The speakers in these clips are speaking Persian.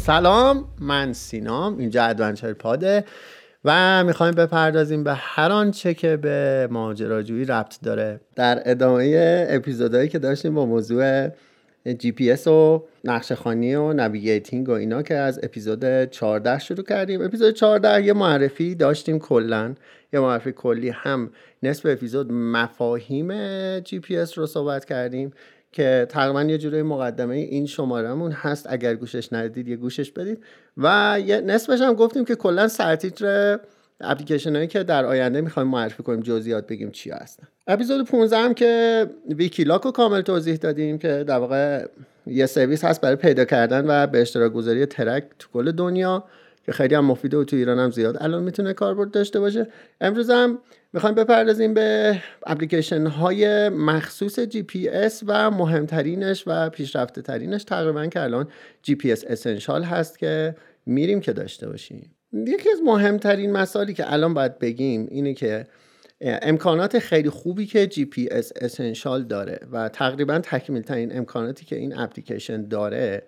سلام، من سینام، اینجا ادونچر پاده و میخوایم بپردازیم به هر آنچه که به ماجراجویی ربط داره. در ادامه اپیزودهایی که داشتیم با موضوع جی پی اس و نقشه خوانی و نویگیتینگ و اینا که از اپیزود 14 شروع کردیم. اپیزود 14 یه معرفی داشتیم، کلن یه معرفی کلی، هم نصف اپیزود مفاهیم جی پی اس رو صحبت کردیم که تقریبا یه جوری مقدمه این شمارهمون هست، اگر گوشش ندید یه گوشش بدید، و یه نصفش هم گفتیم که کلا سرتیتر اپلیکیشن هایی که در آینده میخوایم معرفی کنیم، جزئیات بگیم چی هستن. اپیزود 15 هم که ویکیلاک رو کامل توضیح دادیم که در واقع یه سرویس هست برای پیدا کردن و به اشتراک گذاری ترک تو کل دنیا که خیلی هم مفیده و تو ایران هم زیاد الان میتونه کاربرد داشته باشه. امروز هم میخوایم بپردازیم به اپلیکیشن های مخصوص جی پی اس و مهمترینش و پیشرفته ترینش تقریبا که الان جی پی اس اسنشال هست که میریم که داشته باشیم. یکی از مهمترین مسائلی که الان باید بگیم اینه که امکانات خیلی خوبی که جی پی اس اسنشال داره و تقریبا تکمیل ترین امکاناتی که این اپلیکیشن داره،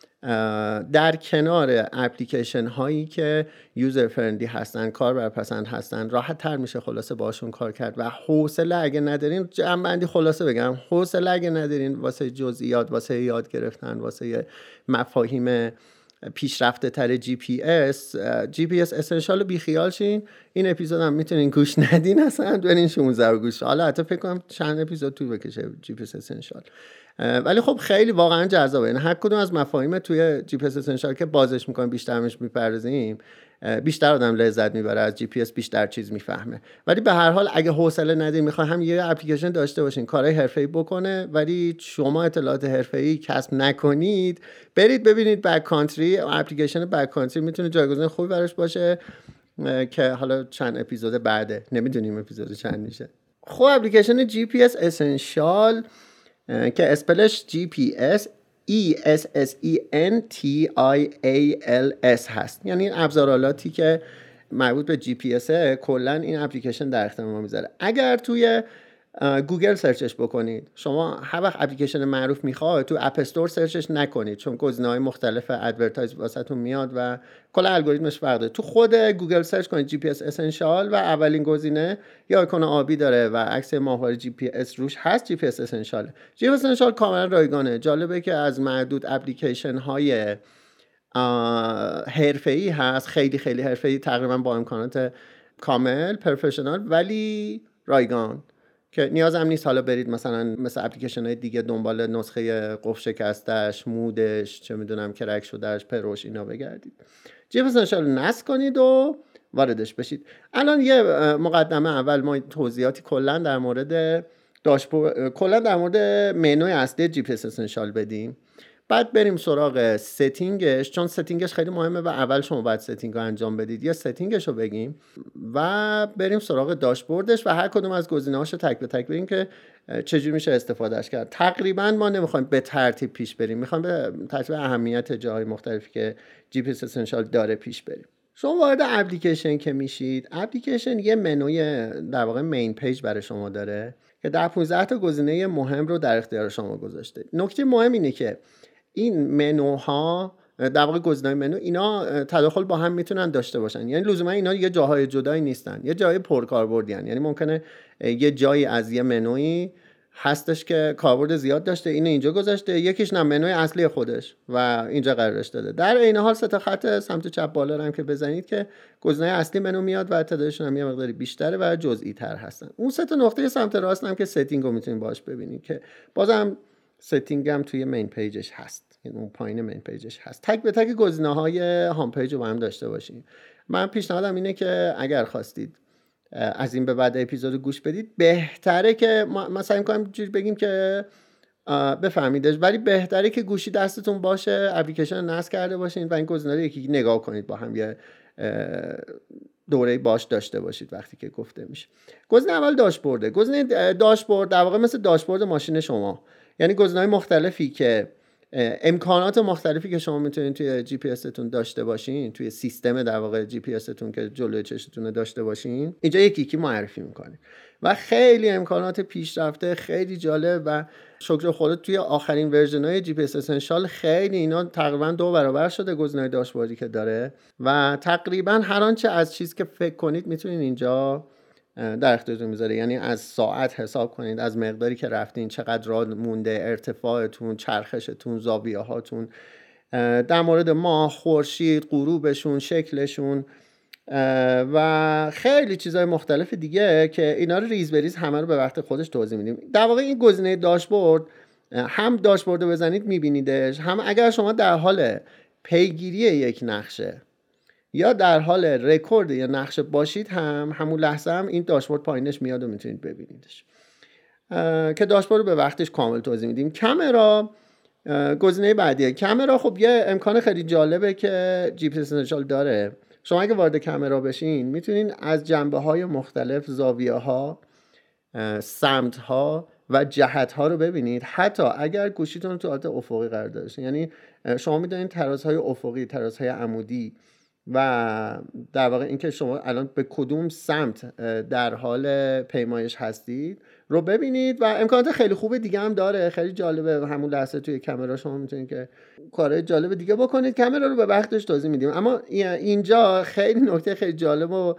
در کنار اپلیکیشن هایی که یوزر فرندلی هستن، کاربرپسند هستن، راحت تر میشه خلاصه باشون کار کرد. و حوصله اگه ندارین، جمع‌بندی خلاصه بگم، حوصله اگه ندارین واسه جزئیات، واسه یاد گرفتن، واسه مفاهیم پیشرفته تر جی پی اس اسنشال رو بیخیال شین. این اپیزود هم میتونین گوش ندین، اصلا برین 16 رو گوش. حالا حتی فکر کنم چند اپیزود طول بکشه جی پی اس اسنشال، ولی خب خیلی واقعا جذابه. یعنی هر کدوم از مفاهیم توی جی پی اس اسنشال که بازش میکنیم، بیشترش میپردازیم، بیشتر آدم لذت میبره از جی پی اس، بیشتر چیز میفهمه. ولی به هر حال اگه حوصله ندید، میخوای هم یه اپلیکیشن داشته باشین کارهای حرفه‌ای بکنه ولی شما اطلاعات حرفه‌ای کسب نکنید، برید ببینید بک کانتری. اپلیکیشن بک کانتری میتونه جایگزین خوبی براش باشه که حالا چند اپیزود بعده، نمیدونیم اپیزود چند میشه. خب اپلیکیشن جی پی اس اسنشال که اسپلش GPS ESSENTIALS هست، یعنی این ابزارالاتی که مربوط به جی پی اس کلا این اپلیکیشن در اختیار ما میذاره. اگر توی گوگل سرچش بکنید، شما هر وقت اپلیکیشن معروف میخواد تو اپ استور سرچش نکنید، چون گزینه‌های مختلف ادورتایز واسهتون میاد و کلا الگوریتمش فرق داره. تو خود گوگل سرچ کنید جی پی اس اسنشال و اولین گزینه یا آیکون آبی داره و عکس ماهواره جی پی اس روش هست، جی پی اس اسنشال. جی پی اس اسنشال کاملا رایگانه. جالبه که از معدود اپلیکیشن های حرفه‌ای هست، خیلی خیلی حرفه‌ای، تقریبا با امکانات کامل پروفشنال ولی رایگان، که نیاز هم نیست حالا برید مثل اپلیکیشن های دیگه دنبال نسخه قفل شکستش، مودش، چه میدونم کرک شدهش، پروش، اینا بگردید. جی پی اس اسنشال نصب کنید و واردش بشید. الان یه مقدمه اول ما توضیحاتی کلا در مورد داشبورد، کلا در مورد منوی اصلی جی پی اس اسنشال بدیم، بعد بریم سراغ ستینگش، چون ستینگش خیلی مهمه و اول شما باید ستینگ رو انجام بدید. یا ستینگش رو بگیم و بریم سراغ داشبوردش و هر کدوم از گزینه‌هاش رو تک به تک بگیم که چجوری میشه استفادهش کرد. تقریبا ما نمیخوایم به ترتیب پیش بریم، میخوایم به ترتیب اهمیت جاهای مختلفی که جی پی اس اسنشال داره پیش بریم. شما وارد اپلیکیشن که میشید، اپلیکیشن یه منوی در واقع مین پیج برای شما داره که 15 تا گزینه مهم رو در اختیار شما گذاشته. نکته مهم اینه که این منوها، در واقع گزینه‌های منو، اینا تداخل با هم میتونن داشته باشن، یعنی لزوما اینا یه جاهای جدایی نیستن، یه جای پرکاربردی ان. یعنی ممکنه یه جایی از یه منوی هستش که کاربرد زیاد داشته، اینو اینجا گذاشته، یکیش نه منوی اصلی خودش و اینجا قرارش داده. در عین حال سه تا خط سمت چپ بالا رو هم که بزنید که گزینه اصلی منو میاد و تعدادشون هم یه مقداری بیشتره و جزئی تر هستن. اون سه تا نقطه سمت راست هم که ستینگ رو میتونید باهاش ببینید که بازم ستینگ هم توی مین پیجش هست، یعنی اون پایین مین پیجش هست. تک به تک گزینه‌های هام پیج رو با هم داشته باشین. من پیشنهادم اینه که اگر خواستید از این به بعد اپیزودو گوش بدید، بهتره که مثلا می‌کنم جوری بگیم که بفهمیدش، ولی بهتره که گوشی دستتون باشه، اپلیکیشن رو نصب کرده باشین و این گزینه‌ها رو یکی نگاه کنید، با هم یه دوره باش داشته باشید وقتی که گفته میشه. گزینه اول داشبورده. گزینه داشبورد در واقع مثل داشبورد ماشین شما، یعنی گزینه‌های مختلفی که امکانات مختلفی که شما میتونید توی جی پی استون داشته باشین، توی سیستم در واقع جی پی استون که جلوی چشتون داشته باشین، اینجا یکی معرفی میکنه و خیلی امکانات پیشرفته، خیلی جالب و شکر خدا توی آخرین ورژن‌های جی پی اس اسنشال خیلی اینا تقریبا 2 برابر شده گزینه‌های داشبوردی که داره و تقریبا هر آنچه از چیز که فکر کنید میتونید اینجا در اختیارتون میذاره. یعنی از ساعت حساب کنید، از مقداری که رفتین، چقدر راه مونده، ارتفاعتون، چرخشتون، زاویه هاتون، در مورد ماه، خورشید، غروبشون، شکلشون و خیلی چیزهای مختلف دیگه که اینا رو ریز بریز همه رو به وقت خودش توضیح میدیم. در واقع این گزینه داشبورد، هم داشبورد رو بزنید میبینیدش، هم اگر شما در حال پیگیری یک نقشه یا در حال رکورد یا نقشه باشید همون لحظه هم این داشبورد پایینش میاد و میتونید ببینیدش که داشبورد رو به وقتش کامل توضیح میدیم. کامرا گزینه بعدیه. کامرا خب یه امکان خیلی جالبه که جی پی اس اسنشال داره. شما اگه وارد کامرا بشین میتونین از جنبه های مختلف زاویه ها، سمت ها و جهت ها رو ببینید، حتی اگر گوشیتون تو حالت افقی قرار داشته. یعنی شما میدونید ترازهای افقی، ترازهای عمودی و در واقع اینکه شما الان به کدوم سمت در حال پیمایش هستید رو ببینید و امکانات خیلی خوب دیگه هم داره. خیلی جالبه، همون لحظه توی کامرا شما میتونید که کارهای جالب دیگه بکنید. کامرا رو به وقتش توضیح میدیم. اما اینجا خیلی نکته خیلی جالب و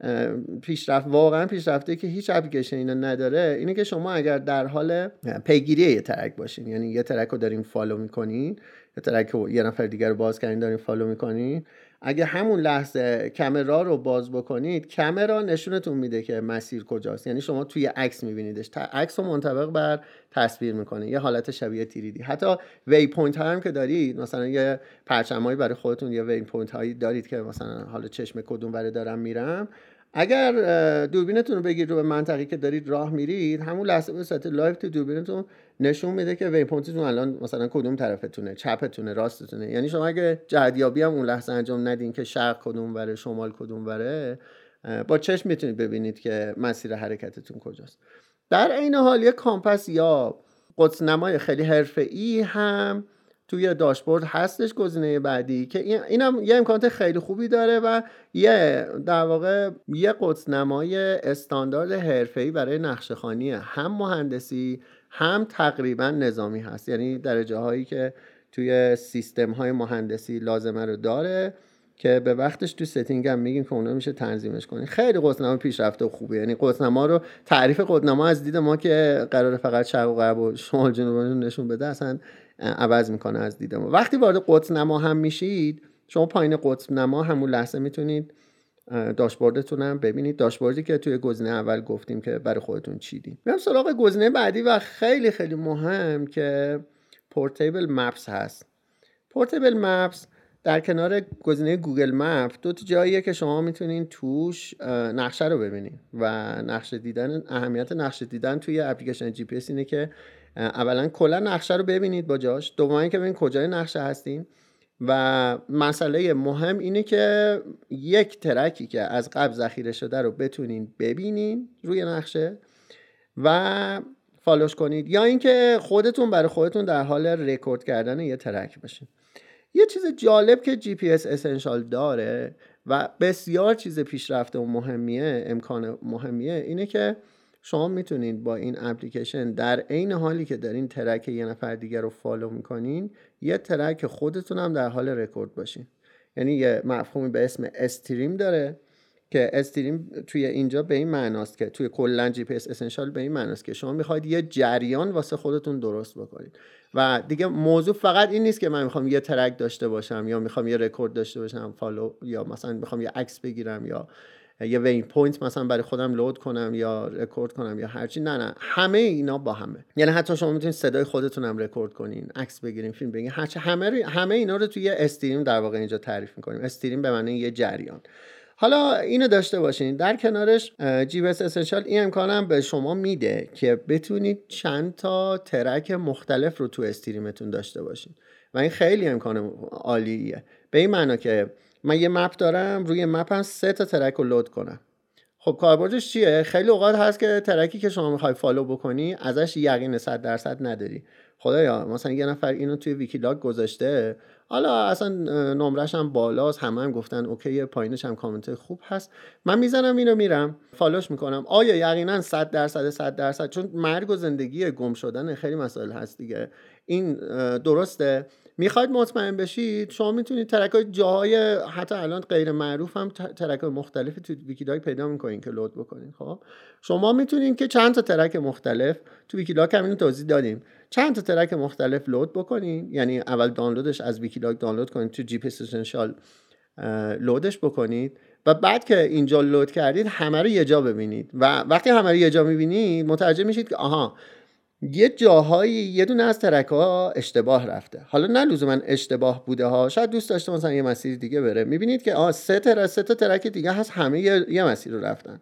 واقعا پیشرفته که هیچ اپلیکیشن اینا نداره اینه که شما اگر در حال پیگیری یه ترک باشین، یعنی یه ترک رو دارین فالو میکنین، یه ترک رو یه نفر دیگر رو باز کردین دارین فالو میکنین، اگه همون لحظه کامرا رو باز بکنید، کامرا نشونتون میده که مسیر کجاست. یعنی شما توی عکس میبینیدش، عکس رو منطبق بر تصویر میکنه، یه حالت شبیه تیریدی. حتی وی پوینت هم که دارید، مثلا یه پرچمایی برای خودتون، یه وی پوینت هایی دارید که مثلا حالا چشم کدوم ور دارم میرم، اگر دوربینتون رو بگیرید رو به منطقه‌ای که دارید راه میرید، همون لحظه به صورت لایو تو دوربینتون نشون میده که وی پوینتتون الان مثلا کدوم طرفتونه، چپتونه، راستتونه. یعنی شما اگه جهتیابی هم اون لحظه انجام ندین که شرق کدوم وره، شمال کدوم وره، با چشم میتونید ببینید که مسیر حرکتتون کجاست. در عین حال یک کامپاس یا قطب‌نمای خیلی حرفه‌ای هم توی داشبورد هستش، گزینه بعدی که اینم یه امکانات خیلی خوبی داره و یه در واقع یه قطب‌نمای استاندارد حرفه‌ای برای نقشه‌خوانی هم مهندسی هم تقریبا نظامی هست. یعنی درجه هایی که توی سیستم های مهندسی لازمه رو داره که به وقتش تو ستینگ هم میگیم که اونا میشه تنظیمش کنید. خیلی قطب‌نما پیشرفته و خوبه. یعنی قطب‌نما رو تعریف قطب‌نما از دید ما که قراره فقط شرق و غرب و شمال جنوب نشون بده اصلا عوض میکنه از دید ما. وقتی وارد قطب‌نما هم میشید، شما پایین قطب‌نما همون لحظه میتونید داشبوردتون هم ببینید، داشبوردی که توی گزینه اول گفتیم که برای خودتون چیدیم. میام سراغ گزینه بعدی و خیلی خیلی مهم که پورتیبل مپس هست. پورتیبل مپس در کنار گزینه گوگل مپ دو تا جاییه که شما میتونین توش نقشه رو ببینید و نقشه دیدن، اهمیت نقشه دیدن توی اپلیکیشن جی پی اس اینه که اولا کلا نقشه رو ببینید با جاش، دوما اینکه ببینید کجای نقشه هستین و مسئله مهم اینه که یک ترکی که از قبل ذخیره شده رو بتونین ببینین روی نقشه و فالوش کنید، یا اینکه خودتون برای خودتون در حال رکورد کردن یه ترک باشین. یه چیز جالب که جی پی اس اسنشال داره و بسیار چیز پیشرفته و مهمیه، امکان مهمیه، اینه که شما میتونید با این اپلیکیشن در عین حالی که دارین ترک یه نفر دیگر رو فالو میکنین، یه ترک خودتون هم در حال رکورد باشین. یعنی یه مفهومی به اسم استریم داره که استریم توی اینجا به این معناست که توی کلا جی پی اس اسنشال به این معناست که شما میخواید یه جریان واسه خودتون درست بکنید و دیگه موضوع فقط این نیست که من میخوام یه ترک داشته باشم یا میخوام یه رکورد داشته باشم فالو، یا مثلا میخوام یه عکس بگیرم یا یه وی پوینت مثلا برای خودم لود کنم یا رکورد کنم یا هرچی. نه همه اینا با همه. یعنی حتی شما میتونید صدای خودتون هم رکورد کنین، عکس بگیرین، فیلم بگیرین، هرچی. همه اینا رو توی استریم در واقع اینجا تعریف میکنیم. استریم به معنی یه جریان. حالا اینو داشته باشین. در کنارش جی پی اس اسنشال این امکان هم به شما میده که بتونید چند تا ترک مختلف رو تو استریمتون داشته باشین و این خیلی امکان عالیه. به این معنی که من یه مپ دارم، روی مپ هم 3 تا ترک رو لود کنم. خب کاربردش چیه؟ خیلی اوقات هست که ترکی که شما میخوای فالو بکنی ازش یقین 100% نداری. خدایا مثلا یه نفر اینو توی ویکیلاگ گذاشته، حالا اصلا نمرش هم بالاست، همه هم گفتن اوکی، پایینش هم کامنت خوب هست، من میزنم اینو میرم فالوش میکنم. آیا یقینا 100%، چون مرگ و زندگی گم شدن خیلی مسائل هست دیگه، این درسته. میخواید مطمئن بشید شما میتونید ترک‌های جاهای حتی الان غیر معروف هم ترک‌های مختلفی تو ویکیلاگ پیدا میکنین که لود بکنین. خب شما میتونین که چند تا ترک مختلف تو ویکیلاگ همین توضیح دادیم، چند تا ترک مختلف لود بکنین، یعنی اول دانلودش از ویکیلاگ دانلود کنید، تو جی پی اس اسنشال لودش بکنید و بعد که اینجا لود کردید همه رو یه جا ببینید و وقتی همه رو یه جا میبینید متوجه میشید که آها یه جاهایی یه دونه از ترک ها اشتباه رفته. حالا نه لزوما اشتباه بوده ها، شاید دوست داشته مثلا یه مسیر دیگه بره، میبینید که سه تا ترک دیگه هست همه یه مسیر رو رفتن،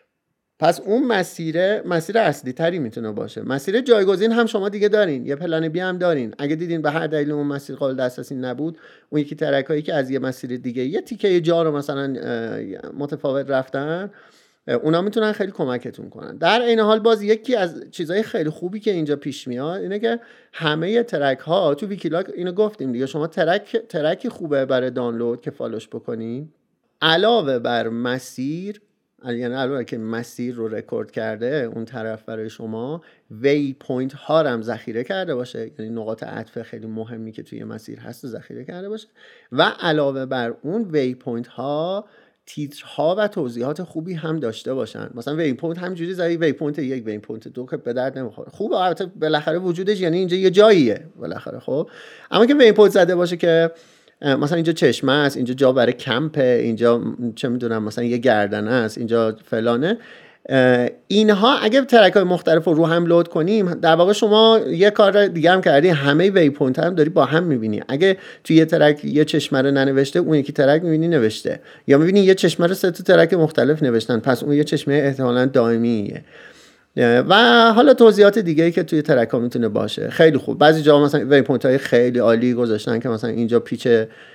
پس اون مسیر اصلی تری میتونه باشه. مسیر جایگزین هم شما دیگه دارین، یه پلن بی هم دارین، اگه دیدین به هر دلیل اون مسیر قابل دسترسی نبود، اون یکی ترکایی که از یه مسیر دیگه یه تیکه جا رو مثلا متفاوت رفتن، اونا میتونن خیلی کمکتون کنن. در این حال باز یکی از چیزهای خیلی خوبی که اینجا پیش میاد اینه که همه ترک ها تو ویکیلاگ، اینو گفتیم دیگه، شما ترکی خوبه برای دانلود که فالوش بکنین، علاوه بر مسیر، یعنی علاوه که مسیر رو رکورد کرده اون طرف برای شما، وی پوینت ها رو هم ذخیره کرده باشه، یعنی نقاط عطف خیلی مهمی که توی مسیر هست ذخیره کرده باشه، و علاوه بر اون وی پوینت ها تیترها و توضیحات خوبی هم داشته باشن. مثلا وی پوینت همینجوری زدی وی پوینت 1 وی پوینت 2 که به درد نمیخوره. خوبه البته بالاخره وجودش، یعنی اینجا یه جاییه بالاخره. خب اما که وی پوینت زده باشه که مثلا اینجا چشمه است، اینجا جا برای کمپه، اینجا چه میدونم مثلا یه گردنه است، اینجا فلانه، اینها اگه ترک‌های مختلف رو هم لود کنیم در واقع شما یه کار دیگه هم کردی، همه وی پوینت هم داری با هم می‌بینی. اگه تو یه ترک یه چشمه رو ننوشته، اون یکی ترک می‌بینی نوشته، یا می‌بینی یه چشمه رو سه تا ترک مختلف نوشتن، پس اون یه چشمه احتمالاً دائمیه. و حالا توضیحات دیگه‌ای که توی ترک‌ها میتونه باشه خیلی خوب. بعضی جاها مثلا وی پوینت‌های خیلی عالی گذاشتن که مثلا اینجا پیچ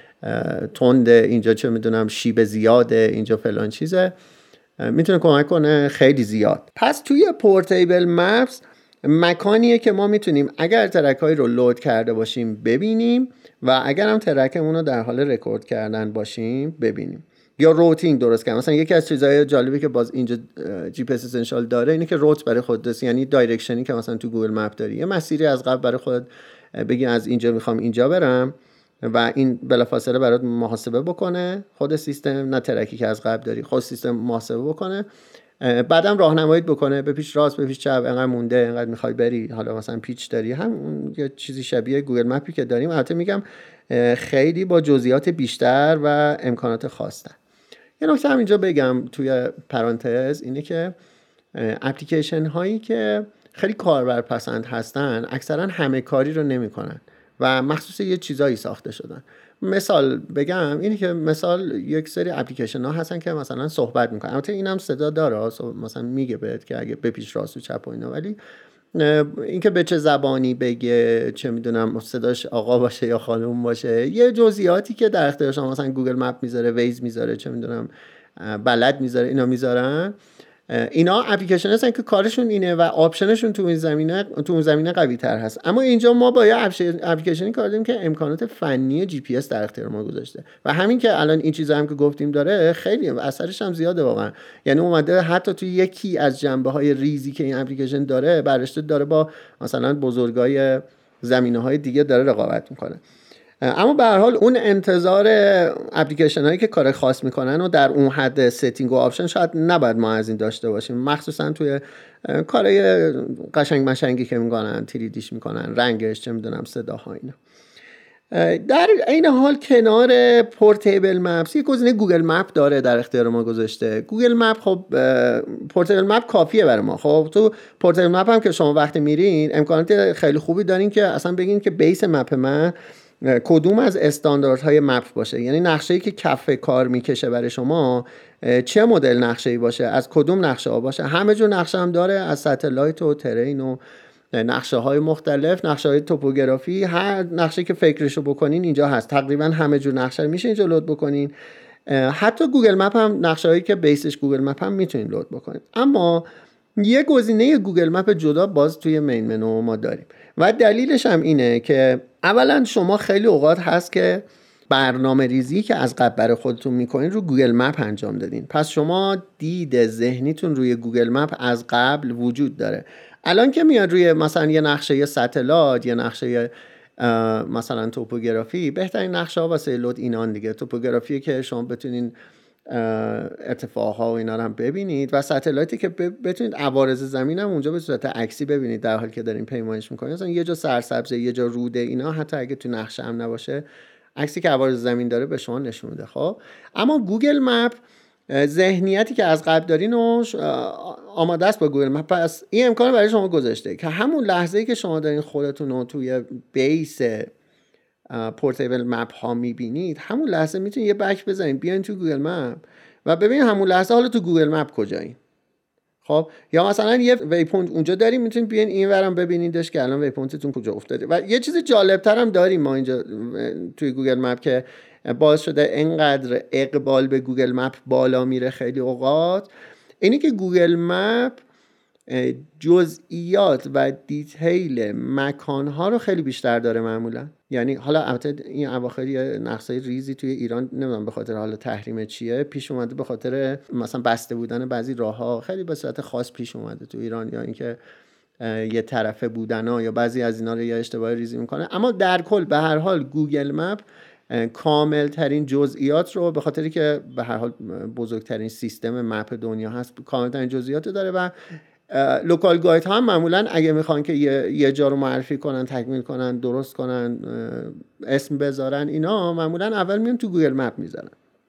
تنده، اینجا چه میدونم شیب زیاده، اینجا فلان چیزه، میتونه کمک کنه خیلی زیاد. پس توی پورتیبل مپس مکانیه که ما میتونیم اگر ترک‌هایی رو لود کرده باشیم ببینیم و اگر هم ترکمون رو در حال رکورد کردن باشیم ببینیم، یا روتینگ درست کنیم. مثلا یکی از چیزهای جالبی که باز اینجا جی پی اس اسنشال داره اینه که روت برای خود دست، یعنی دایرکشنی که مثلا تو گوگل مپ داری یه مسیری از قبل برای خود بگی از اینجا میخوام اینجا برم و این بلافاصله برات محاسبه بکنه خود سیستم، نه ترکی که از قبل داری، خود سیستم محاسبه بکنه، بعدم راهنماییت بکنه به پیش راست به پیش چپ، انقدر مونده، انقدر میخوای بری، حالا مثلا پیچ داری، هم یه چیزی شبیه گوگل مپی که داریم. البته میگم خیلی با جزئیات بیشتر و امکانات خاص‌تر. یه نکته هم اینجا بگم توی پرانتز اینه که اپلیکیشن هایی که خیلی کاربرپسند هستن اکثرا همه کاری رو نمی‌کنن و مخصوص یه چیزایی ساخته شدن. مثال بگم اینه که مثال یک سری اپلیکیشن ها هستن که مثلا صحبت میکنن، البته اینم صدا داره، مثلا میگه بهت که اگه به پیش راست و چپ و اینا، ولی اینکه به چه زبانی بگه، چه میدونم صداش آقا باشه یا خانم باشه، یه جزئیاتی که در اختیار شما مثلا گوگل مپ میذاره، ویز میذاره، چه میدونم بلد میذاره، اینا میذارن. اینا اپلیکیشن هستن که کارشون اینه و آپشنشون تو اون زمینه قوی تر هست. اما اینجا ما با یه اپلیکیشنی کار داریم که امکانات فنی جی پی اس در اختیار ما گذاشته و همین که الان این چیزا هم که گفتیم داره خیلی اثرش هم زیاده واقعا. یعنی اومده حتی تو یکی از جنبه‌های ریزی که این اپلیکیشن داره برشته داره با مثلا بزرگای زمینه‌های دیگه داره رقابت میکنه. اما به هر حال اون انتظار اپلیکیشن هایی که کار خاص میکنن و در اون حد ستینگ و آپشن شاید نباید ما از این داشته باشیم، مخصوصا توی کارهای قشنگ مشنگی که میکنن، 3دیش میکنن، رنگش، چه میدونم صداها اینا. در این حال کنار پورتیبل مپس یک گزینه گوگل مپ داره در اختیار ما گذاشته. گوگل مپ خب پورتیبل مپ کافیه برای ما. خب تو پورتیبل مپ هم که شما وقتی میرین امکانات خیلی خوبی دارین که اصلا بگین که بیس مپ من کدوم از استانداردهای مپ باشه، یعنی نقشه‌ای که کف کار میکشه برای شما چه مدل نقشه‌ای باشه، از کدوم نقشه‌ها باشه. همه جور نقشه هم داره، از ستلایت و ترین و نقشه‌های مختلف، نقشه‌های توپوگرافی، هر نقشه‌ای که فکرشو بکنین اینجا هست. تقریبا همه جور نقشه میشه اینجا لود بکنین. حتی گوگل مپ هم نقشه‌هایی که بیسش گوگل مپ هم میتونین لود بکنین. اما یه گزینه گوگل مپ جدا باز توی مین منو ما داریم و دلیلش هم اینه که اولا شما خیلی اوقات هست که برنامه ریزی که از قبل برای خودتون میکنین رو گوگل مپ انجام دادین، پس شما دید ذهنیتون روی گوگل مپ از قبل وجود داره. الان که میاد روی مثلا یه نقشه ستلایت، یه نقشه مثلا توپوگرافی، بهترین نقشه ها واسه لود اینان دیگه. توپوگرافی که شما بتونین ارتفاعها و اینا رو هم ببینید و ستلایتی که بتونید عوارض زمین هم اونجا به صورت عکسی ببینید در حالی که دارین پیمایش میکنید. مثلا یه جا سرسبزه، یه جا روده، اینا حتی اگه تو نقشه هم نباشه عکسی که عوارض زمین داره به شما نشون میده. خب اما گوگل مپ ذهنیتی که از قبل دارین و آماده است با گوگل مپ، پس این امکان برای شما گذاشته که همون لحظه‌ای که شما دارین خودتون رو توی بیس پورتیبل مپ ها میبینید، همون لحظه میتونید یه بک بزنید بیاین تو گوگل مپ و ببینید همون لحظه حالا تو گوگل مپ کجایین. خب یا مثلا یه وی پوینت اونجا داریم، میتونید بیاین اینورم ببینیدش که الان وی پوینتتون کجا افتاده. و یه چیز جالب‌تر هم داریم ما اینجا توی گوگل مپ که باعث شده اینقدر اقبال به گوگل مپ بالا میره خیلی اوقات، اینی که گوگل مپ جزئیات و دیتیل مکانها رو خیلی بیشتر داره معمولا. یعنی حالا البته این اواخر یه نقصای ریزی توی ایران نمیدونم به خاطر حالا تحریم چیه پیش اومده، به خاطر مثلا بسته بودن بعضی راهها خیلی به صورت خاص پیش اومده تو ایران، یا اینکه یه طرفه بودن‌ها یا بعضی از اینا رو یه اشتباه ریزی میکنه. اما در کل به هر حال گوگل مپ کامل ترین جزئیات رو، به خاطری که به هر حال بزرگترین سیستم مپ دنیا هست، کامل ترین جزئیات داره و لوکال گاید ها هم معمولا اگه میخوان که یه جا رو معرفی کنن، تکمیل کنن، درست کنن، اسم بذارن، اینا معمولا اول میان تو گوگل مپ میذارن.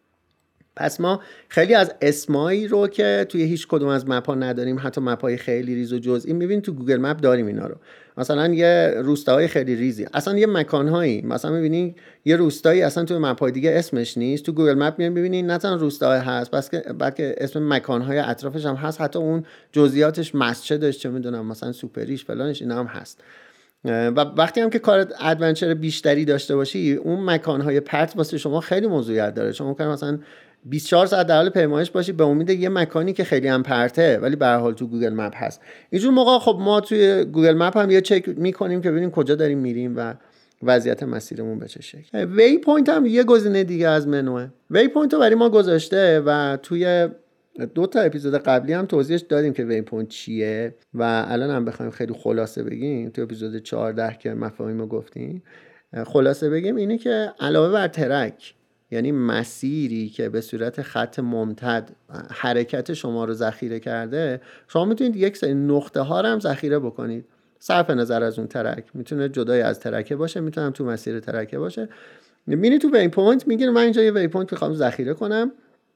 پس ما خیلی از اسمایی رو که توی هیچ کدوم از مپ ها نداریم، حتی مپ های خیلی ریز و جزئی، میبینید تو گوگل مپ داریم اینا رو. مثلا یه روستاهای خیلی ریزی، اصلا یه مکانهایی مثلا میبینید یه روستایی اصلا توی مپ های دیگه اسمش نیست، تو گوگل مپ میبینید ببینید نه تنها روستای هست بلکه اسم مکانهای اطرافش هم هست، حتی اون جزئیاتش، مسجدش، چه میدونم مثلا سوپریش فلانش، اینا هم هست. و وقتی هم که کار ادونچر بیشتری داشته باشی، اون مکانهای پرت واسه شما خیلی موضوعیت داره. شما ممکنه مثلا 24 ساعت در حال پیمایش باشی به امید یه مکانی که خیلی هم پرته ولی به هر حال تو گوگل مپ هست. اینجور موقع خب ما توی گوگل مپ هم یه چک میکنیم که ببینیم کجا داریم میریم و وضعیت مسیرمون به چه شکل. وی پوینت هم یه گزینه دیگه از منوه. وی پوینت رو برای ما گذاشته و توی 2 تا اپیزود قبلی هم توضیحش دادیم که وی پوینت چیه و الان هم بخوایم خیلی خلاصه بگیم تو اپیزود 14 که مفاهیم رو گفتیم، خلاصه بگیم اینه که علاوه بر ترک، یعنی مسیری که به صورت خط ممتد حرکت شما رو ذخیره کرده، شما میتونید یک سری نقطه ها رو هم ذخیره بکنید صرف نظر از اون ترک. میتونه جدای از ترکه باشه، میتونه تو مسیر ترکه باشه. میبینید تو وی پوینت میگین من اینجا یه وی پوینت میخوام ذخیره کنم،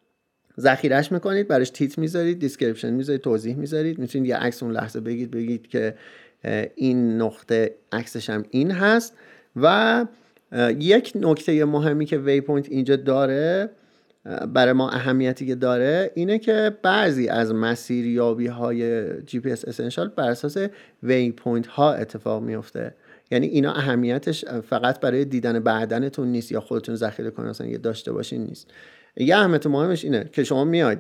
ذخیرهش میکنید، براش تیتر میذارید، دیسکریپشن میذارید، توضیح میذارید، میتونید یه عکس اون لحظه بگید که این نقطه عکسش هم این هست. و یک نکته مهمی که وی پوینت اینجا داره برای ما، اهمیتی که داره اینه که بعضی از مسیریابی های جی پی اس اسنشال بر اساس وی پوینت ها اتفاق میفته. یعنی اینا اهمیتش فقط برای دیدن بعدنتون نیست یا خودتون ذخیره کنید مثلا یه داشته باشین نیست. یه اهمیت مهمش اینه که شما میاید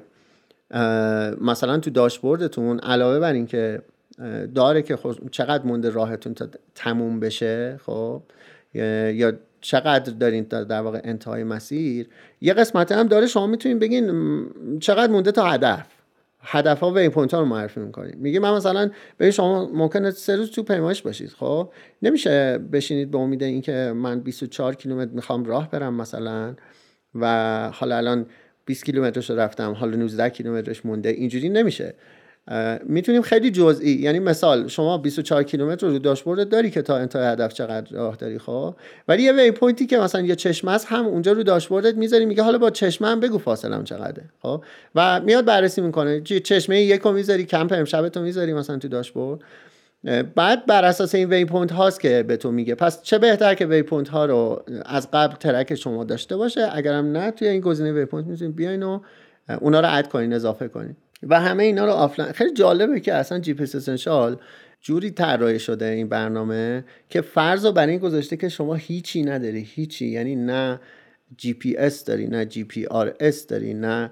مثلا تو داشبوردتون علاوه بر این که داره که چقدر مونده راهتون تا تموم بشه، خب یا چقدر دارین در واقع انتهای مسیر، یه قسمت هم داره شما میتونین بگین چقدر مونده تا هدف ها و این پوینت ها رو معرفی میکنید. میگه من مثلا به شما ممکنه 3 روز تو پیمایش باشید، خب نمیشه بشینید به امید اینکه من 24 کیلومتر میخوام راه برم مثلا و حالا الان 20 کیلومترش رو رفتم، حالا 19 کیلومترش مونده، اینجوری نمیشه. میتونیم خیلی جزئی، یعنی مثال شما 24 کیلومتر رو داشبورد داری که تا انتهای هدف چقدر راه داری، خب ولی یه وی پوینتی که مثلا یه چشمه است هم اونجا رو داشبوردت میذاری، میگه حالا با چشمه هم بگو فاصله‌ام چقدره، خب و میاد بررسی میکنه. چشمه یکو میذاری، کمپ امشبتو میذاری مثلا تو داشبورد، بعد بر اساس این وی پوینت هاست که به تو میگه. پس چه بهتر که وی پوینت ها رو از قبل ترک شما داشته باشه. اگرم نه توی این گزینه وی پوینت میتونید بیاین و اونا رو اد کنین، اضافه کنین و همه اینا رو آفلاین. خیلی جالبه که اصلا جی پی اس اسنشال جوری طراحی شده این برنامه که فرض رو برای این گذاشته که شما هیچی نداری، هیچی، یعنی نه جی پی اس داری، نه جی پی آر اس داری، نه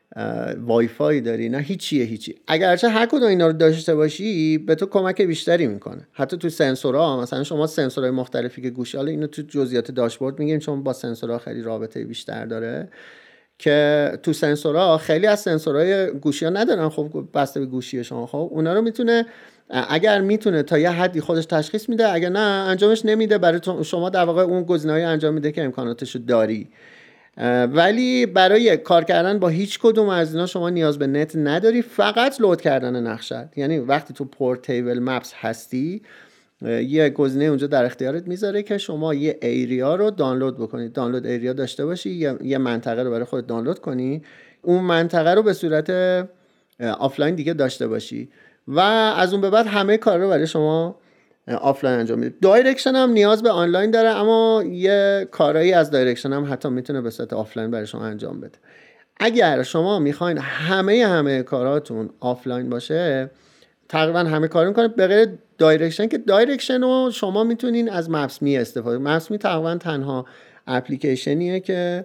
وای فای داری، نه هیچی. اگرچه هر کدوم اینا رو داشته باشی به تو کمک بیشتری میکنه. حتی تو سنسورها، مثلا شما سنسورهای مختلفی که گوشی، حالا اینو تو جزئیات داشبورد میگیم چون با سنسورها خیلی رابطه بیشتر داره، که تو سنسورها خیلی از سنسورهای گوشی ها ندارن، خب بسته به گوشی شما، خب اونا رو میتونه، اگر میتونه تا یه حدی خودش تشخیص میده، اگر نه انجامش نمیده، برای شما در واقع اون گزینه‌های انجام میده که امکاناتشو داری. ولی برای کار کردن با هیچ کدوم از اینا شما نیاز به نت نداری، فقط لود کردن نقشت. یعنی وقتی تو پورتیبل مپس هستی یه گزینه اونجا در اختیارت میذاره که شما یه ایریا رو دانلود بکنید، دانلود ایریا داشته باشی، یه منطقه رو برای خودت دانلود کنی، اون منطقه رو به صورت آفلاین دیگه داشته باشی و از اون به بعد همه کار رو برای شما آفلاین انجام میده. دایرکشن هم نیاز به آنلاین داره، اما یه کارایی از دایرکشن هم حتی میتونه به صورت آفلاین برای شما انجام بده. اگر شما میخواین همه کاراتون آفلاین باشه، تقریبا همه کار میکنه به غیر دایرکشن، که دایرکشن رو شما میتونین از مپس می استفاده. مپس می تقریبا تنها اپلیکیشنیه که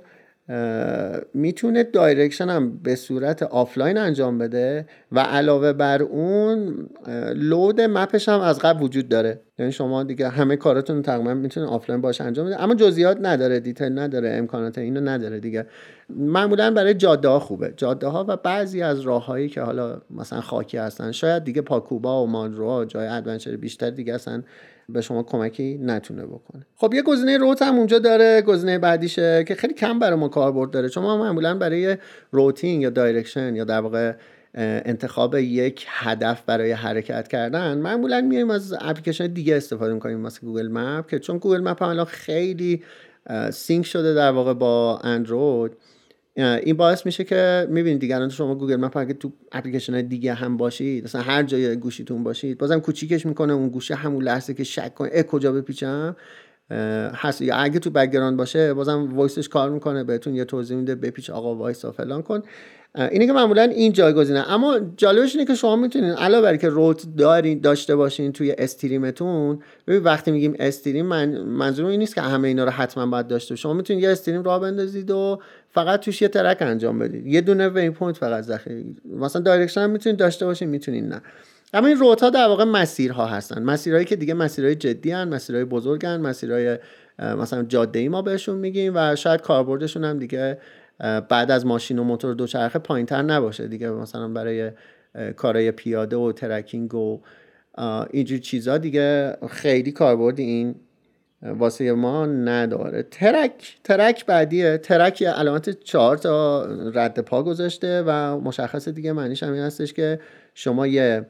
میتونه دایرکشن هم به صورت آفلاین انجام بده و علاوه بر اون لود مپش هم از قبل وجود داره. یعنی شما دیگه همه کاراتون تقریبا میتونه آفلاین باشه انجام بده، اما جزئیات نداره، دیتیل نداره، امکانات اینو نداره دیگه. معمولا برای جاده ها خوبه، جاده ها و بعضی از راههایی که حالا مثلا خاکی هستن، شاید دیگه پاکوبا و مانرو جای ادونچر بیشتر دیگه اصلا به شما کمکی نتونه بکنه. خب یه گزینه روت هم اونجا داره، گزینه بعدیشه که خیلی کم برای ما کاربرد داره. شما معمولا برای روتینگ یا دایرکشن یا در واقع انتخاب یک هدف برای حرکت کردن معمولا میایم از اپلیکیشن دیگه استفاده میکنیم، مثل گوگل مپ، که چون گوگل مپ الان خیلی سینک شده در واقع با اندروید، این باعث میشه که میبینید دیگه الان شما گوگل مپ اگه تو اپلیکیشن دیگه هم باشید، مثلا هر جای گوشیتون باشید، بازم کوچیکش میکنه اون گوشه همون لحظه که شک کنه کجا بپیچم هست، یا اگه تو بک‌گراند باشه بازم وایسش کار میکنه، بهتون یه توضیح میده بپیچ آقا وایسا فلان کن. اینه که معمولا این جایگزینه. اما جالبش اینه که شما میتونین علاوه بر که روت داشته باشین توی استریمتون، ببین وقتی میگیم استریم منظورم این نیست که همه اینا رو حتما باید داشته. شما میتونید یه استریم راه بندازید و فقط توش یه ترک انجام بدید، یه دونه وی پوینت فقط ذخیره، مثلا دایرکشن هم میتونید داشته باشین، میتونین نه. اما این روت ها در واقع مسیرها هستن، مسیرهایی که دیگه مسیرهای جدی ان، مسیرهای بزرگن، مسیرهای مثلا جاده‌ای ما بهشون میگیم و شاید کاربردشون هم دیگه بعد از ماشین و موتور دوچرخه پایین‌تر نباشه دیگه، مثلا برای کارهای پیاده و ترکینگ و اینجور چیزا دیگه خیلی کاربرد این واسه ما نداره. ترک بعدیه. ترک یه علامت 4 تا رد پا گذاشته و مشخصه دیگه، معنیش همین هستش که شما یه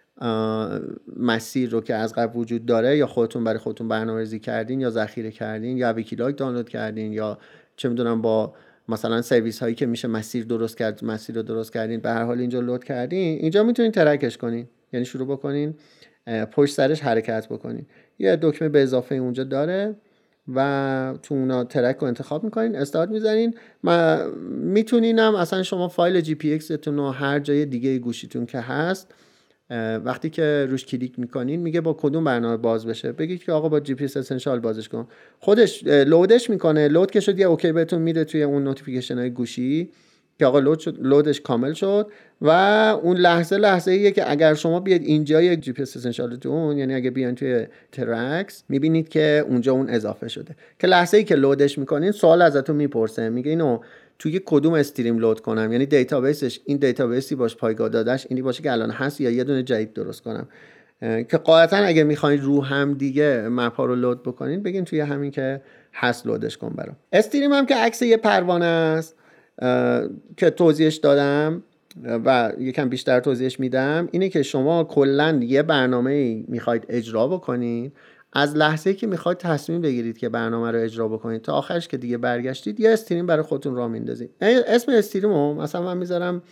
مسیر رو که از قبل وجود داره یا خودتون برای خودتون برنامه‌ریزی کردین یا ذخیره کردین یا ویکیلاگ دانلود کردین یا چه میدونم با مثلا سرویس هایی که میشه مسیر رو درست کردین، به هر حال اینجا لود کردین، اینجا میتونین ترکش کنین، یعنی شروع بکنین پشت سرش حرکت بکنین. یه دکمه به اضافه اونجا داره و تو اونا ترک رو انتخاب میکنین، استارت میزنین. میتونین هم اصلا شما فایل جی پی ایکستون رو هر جای دیگه گوشیتون که هست، وقتی که روش کلیک میکنین میگه با کدوم برنامه باز بشه، بگید که آقا با جی پی اس اسنشال بازش کن، خودش لودش میکنه. لود که شد یه اوکی بهتون میده توی اون نوتیفیکیشن های گوشی که آقا لودش کامل شد و اون لحظه ایه که اگر شما بیاد اینجا یک جی پی اس اسنشالتون، یعنی اگه بیان توی ترکس میبینید که اونجا اون اضافه شده، که لحظه ای که لودش میکنین سوال ازتون میپرسه، میگه اینو توی کدوم استریم لود کنم، یعنی دیتابیسش این دیتابیسی باشه پایگاه دادش اینی باشه که الان هست یا یه دونه جدید درست کنم، که قاعدتا اگه میخواین رو هم دیگه مپ ها رو لود بکنین بگین توی همین که هست لودش کن برام. استریم هم که عکس یه پروانه است که توضیحش دادم و یکم بیشتر توضیحش میدم، اینه که شما کلا یه برنامه میخواید اجرا بکنید، از لحظه‌ای که میخواید تصمیم بگیرید که برنامه رو اجرا بکنید تا آخرش که دیگه برگشتید یه استریم برای خودتون راه میندازید. اسم استریمو مثلا من میذارم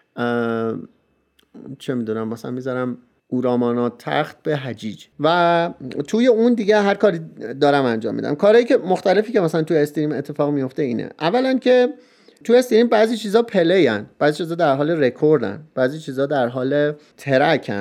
چه میدونم، مثلا میذارم اورامانا تخت به حجیج و توی اون دیگه هر کاری دارم انجام میدم. کارهایی که مختلفی که مثلا توی استریم اتفاق میفته اینه، اولا که توی استریم بعضی چیزا پلی ان، بعضی چیزا در حال رکوردن، بعضی چیزا در حال ترکن.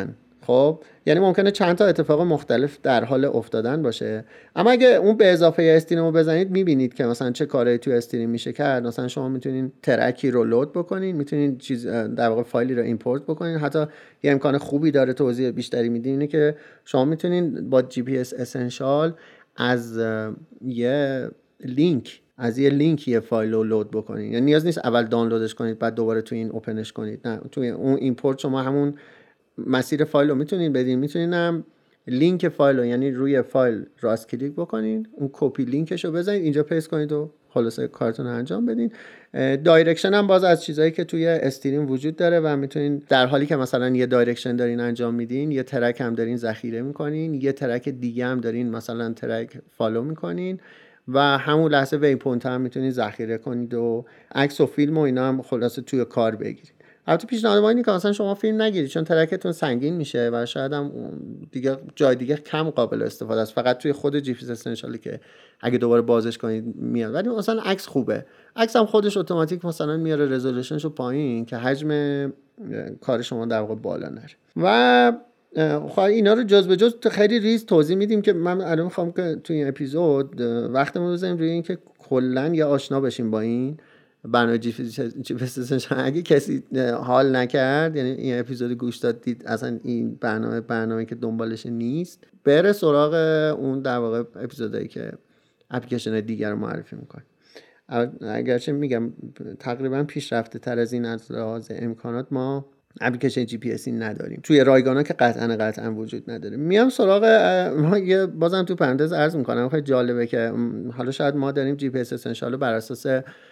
خب یعنی ممکنه چند تا اتفاق مختلف در حال افتادن باشه. اما اگه اون به اضافه استریم رو بزنید میبینید که مثلا چه کاری تو استریم میشه کرد. مثلا شما میتونین ترکی رو لود بکنین، میتونین در واقع فایلی رو ایمپورت بکنین. حتی یه امکان خوبی داره، توضیح بیشتری میدین، اینه که شما میتونین با جی پی اس اسنشال از یه لینک یه فایل رو لود بکنین. یعنی نیاز نیست اول دانلودش کنید بعد دوباره تو این اوپنش کنید، نه، توی اون ایمپورت شما همون مسیر فایل رو میتونین بدین. میتونین هم لینک فایل رو، یعنی روی فایل راست کلیک بکنین، اون کپی لینکش رو بزنید اینجا پیست کنید و خلاصه کارتون رو انجام بدین. دایرکشن هم باز از چیزایی که توی استریم وجود داره و میتونین در حالی که مثلا یه دایرکشن دارین انجام میدین، یه ترک هم دارین ذخیره میکنین، یه ترک دیگه هم دارین مثلا ترک فالو میکنین و همون لحظه وی پوینت هم میتونین ذخیره کنید و عکس و فیلم و اینا هم خلاصه توی کار بگیرید. البته پیشنهاد اینه که مثلا شما فیلم نگیرید چون ترکتون سنگین میشه و شاید هم دیگه جای دیگه کم قابل استفاده است، فقط توی خود جی پی اس اسنشالی که اگه دوباره بازش کنید میاد. ولی مثلا عکس خوبه، عکس هم خودش اتوماتیک مثلا میاره رزولوشنشو پایین که حجم کار شما در واقع بالا نره. و خب اینا رو جز به جز خیلی ریز توضیح میدیم که من الان میخوام که توی این اپیزود وقتمون رو بزنیم روی این که کلا یا آشنا بشیم با این برنامه جی پی اس. اگه کسی حال نکرد، یعنی این اپیزود گوش داد دید اصلا این برنامه که دنبالش نیست، بره سراغ اون در واقع اپیزودایی که اپلیکیشن دیگر رو معرفی میکنه. اگرچه میگم تقریبا پیشرفته تر از این از لحاظ امکانات ما اپلیکیشن جی پی اسی نداریم توی رایگانا که قطعا وجود نداره. میام سراغ ما یه بازم تو پرانتز عرض میکنم خیلی جالبه که حالا شاید ما داریم جی پی اس اسنشال بر اساس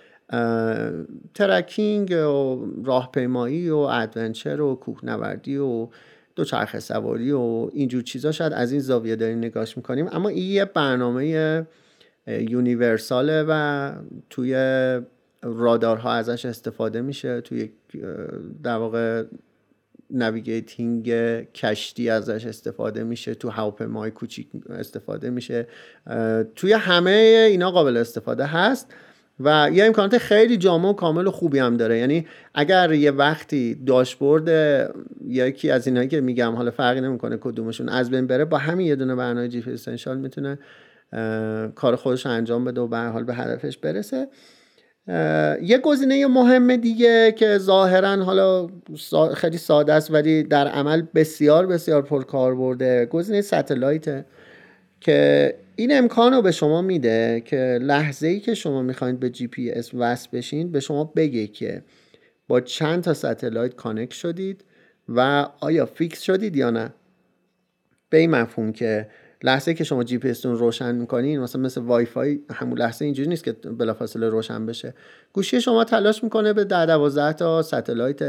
ترکینگ و راهپیمایی و ادونچر و کوهنوردی و دوچرخه سواری و اینجور چیزا شاید از این زاویه داریم نگاش میکنیم، اما این یه برنامه یونیورساله و توی رادارها ازش استفاده میشه، توی در واقع نویگیتینگ کشتی ازش استفاده میشه، تو هواپیمای کوچیک استفاده میشه، توی همه اینا قابل استفاده هست و یه امکانات خیلی جامع و کامل و خوبی هم داره. یعنی اگر یه وقتی داشبورد یکی از اینایی که میگم، حالا فرقی نمیکنه کدومشون، از بین بره، با همین یه دونه برنامه جی پی اس اسنشال میتونه کار خودش انجام بده و به هر حال به هدفش برسه. یه گزینه مهم دیگه که ظاهرا حالا خیلی ساده است ولی در عمل بسیار بسیار پرکاربرده، گزینه ستلایته که این امکان رو به شما میده که لحظه‌ای که شما میخواید به جی پی اس وصل بشین به شما بگه که با چند تا ستلایت کانکت شدید و آیا فیکس شدید یا نه. به این مفهوم که لحظه‌ای که شما جی پی اس تون روشن میکنین، مثل وای فای، همون لحظه اینجوری نیست که بلافاصله روشن بشه. گوشی شما تلاش میکنه به 10-12 تا ستلایت،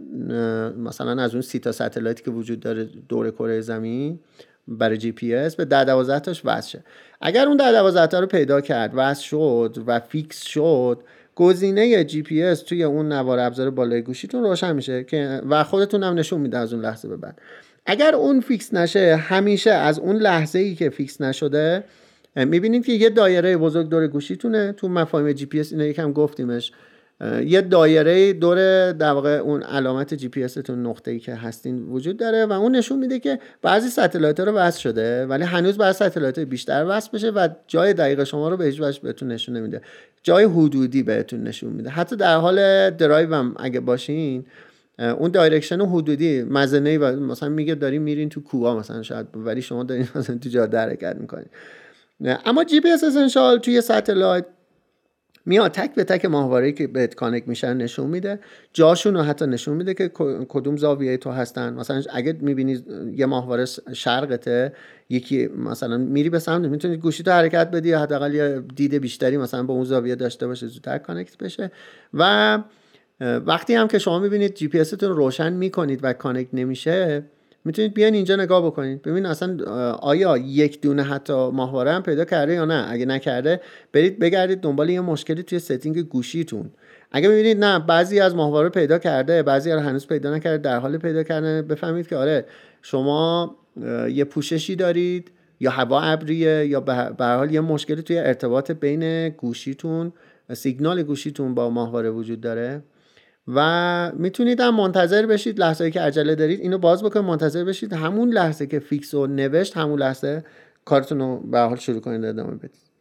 مثلا از اون 30 تا ستلایتی که وجود داره دور کره زمین برای جی پی اس، به 10-12 تاش وصل شه. اگر اون 10-12 تا رو پیدا کرد، وصل شد و فیکس شد، گزینه جی پی اس توی اون نوار ابزار بالای گوشیتون روشن میشه که و خودتون هم نشون میده از اون لحظه به بعد. اگر اون فیکس نشه، همیشه از اون لحظه‌ای که فیکس نشده میبینید که یه دایره بزرگ دور گوشیتونه. تو مفاهیم جی پی اس اینو یکم گفتیمش، یه دایره دور در واقع اون علامت جی پی اس تون، نقطه‌ای که هستین وجود داره و اون نشون میده که بعضی ستلایت‌ها رو وصل شده ولی هنوز بعضی ستلایت‌ها بیشتر وصل بشه و جای دقیق شما رو به هیچ وجه بهتون نشون نمیده، جای حدودی بهتون نشون میده. حتی در حال درایو هم اگه باشین، اون دایرکشن حدودی مزنه‌ای و مثلا میگه دارین میرین تو کوه مثلا شاید، ولی شما دارین مثلا تو جاده حرکت میکنین. اما جی پی اس اسنشال توی ستلایت میاد تک به تک ماهواره‌ای که بهت کانکت میشن نشون میده، جاشون رو حتی نشون میده که کدوم زاویه تو هستن. مثلا اگه میبینی یه ماهواره شرقته، یکی مثلا میری به سمت، میتونی گوشی تو حرکت بدی یا حداقل یه دید بیشتری مثلا با اون زاویه داشته باشه، زودتر کانکت بشه. و وقتی هم که شما میبینید جی پی اس تون روشن میکنید و کانکت نمیشه، میتونید بیاین اینجا نگاه بکنید ببین اصلا آیا یک دونه حتی ماهواره هم پیدا کرده یا نه. اگه نکرده، برید بگردید دنبال یه مشکلی توی ستینگ گوشیتون. اگه میبینید نه بعضی از ماهواره پیدا کرده، بعضی رو هنوز پیدا نکرده، در حال پیدا کردن، بفهمید که آره شما یه پوششی دارید یا هوا ابریه یا به هر حال یه مشکلی توی ارتباط بین گوشیتون، سیگنال گوشیتون با ماهواره وجود داره و میتونید هم منتظر بشید لحظه‌ای که عجله دارید اینو باز بکنید، منتظر بشید همون لحظه که فیکس رو نوشت همون لحظه کارتون رو به حال شروع کنید ادامه بدید.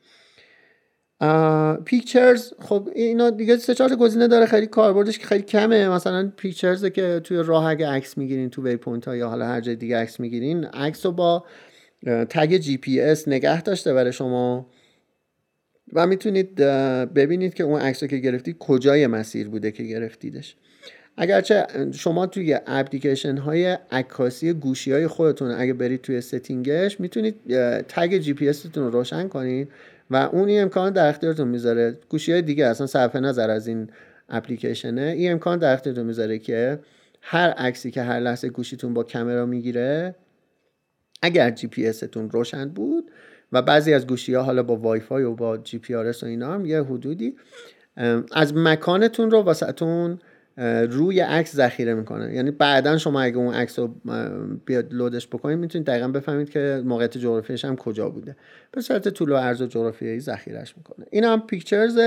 پیکچرز، خب اینا دیگه 3-4 تا گزینه داره، خیلی کاربردش که خیلی کمه. مثلا پیکچرز که توی راه اگه عکس میگیرین تو وی پوینت ها یا حالا هر جای دیگه عکس میگیرین، عکس رو با تگ جی پی اس نگه داشته برای شما و میتونید ببینید که اون عکس رو که گرفتید کجای مسیر بوده که گرفتیدش. اگرچه شما توی اپلیکیشن های عکاسی گوشی های خودتون اگه برید توی ستینگش میتونید تگ جی پی اس تون رو روشن کنید و اون این امکان در اختیارتون میذاره. گوشی های دیگه اصلا صرف نظر از این اپلیکیشنه، این امکان در اختیارتون میذاره که هر عکسی که هر لحظه گوشیتون با کامera میگیره اگر جی پی اس تون روشن بود و بعضی از گوشی ها حالا با وای فای و با جی پی آر اس و اینا هم یه حدودی از مکانتون رو واسهتون روی عکس ذخیره میکنه. یعنی بعداً شما اگه اون عکس رو بیاد لودش بکنید میتونید دقیقاً بفهمید که موقعیت جغرافیایش هم کجا بوده، به صورت طول و عرض جغرافیایی ذخیرهش میکنه. این هم پیکچرز.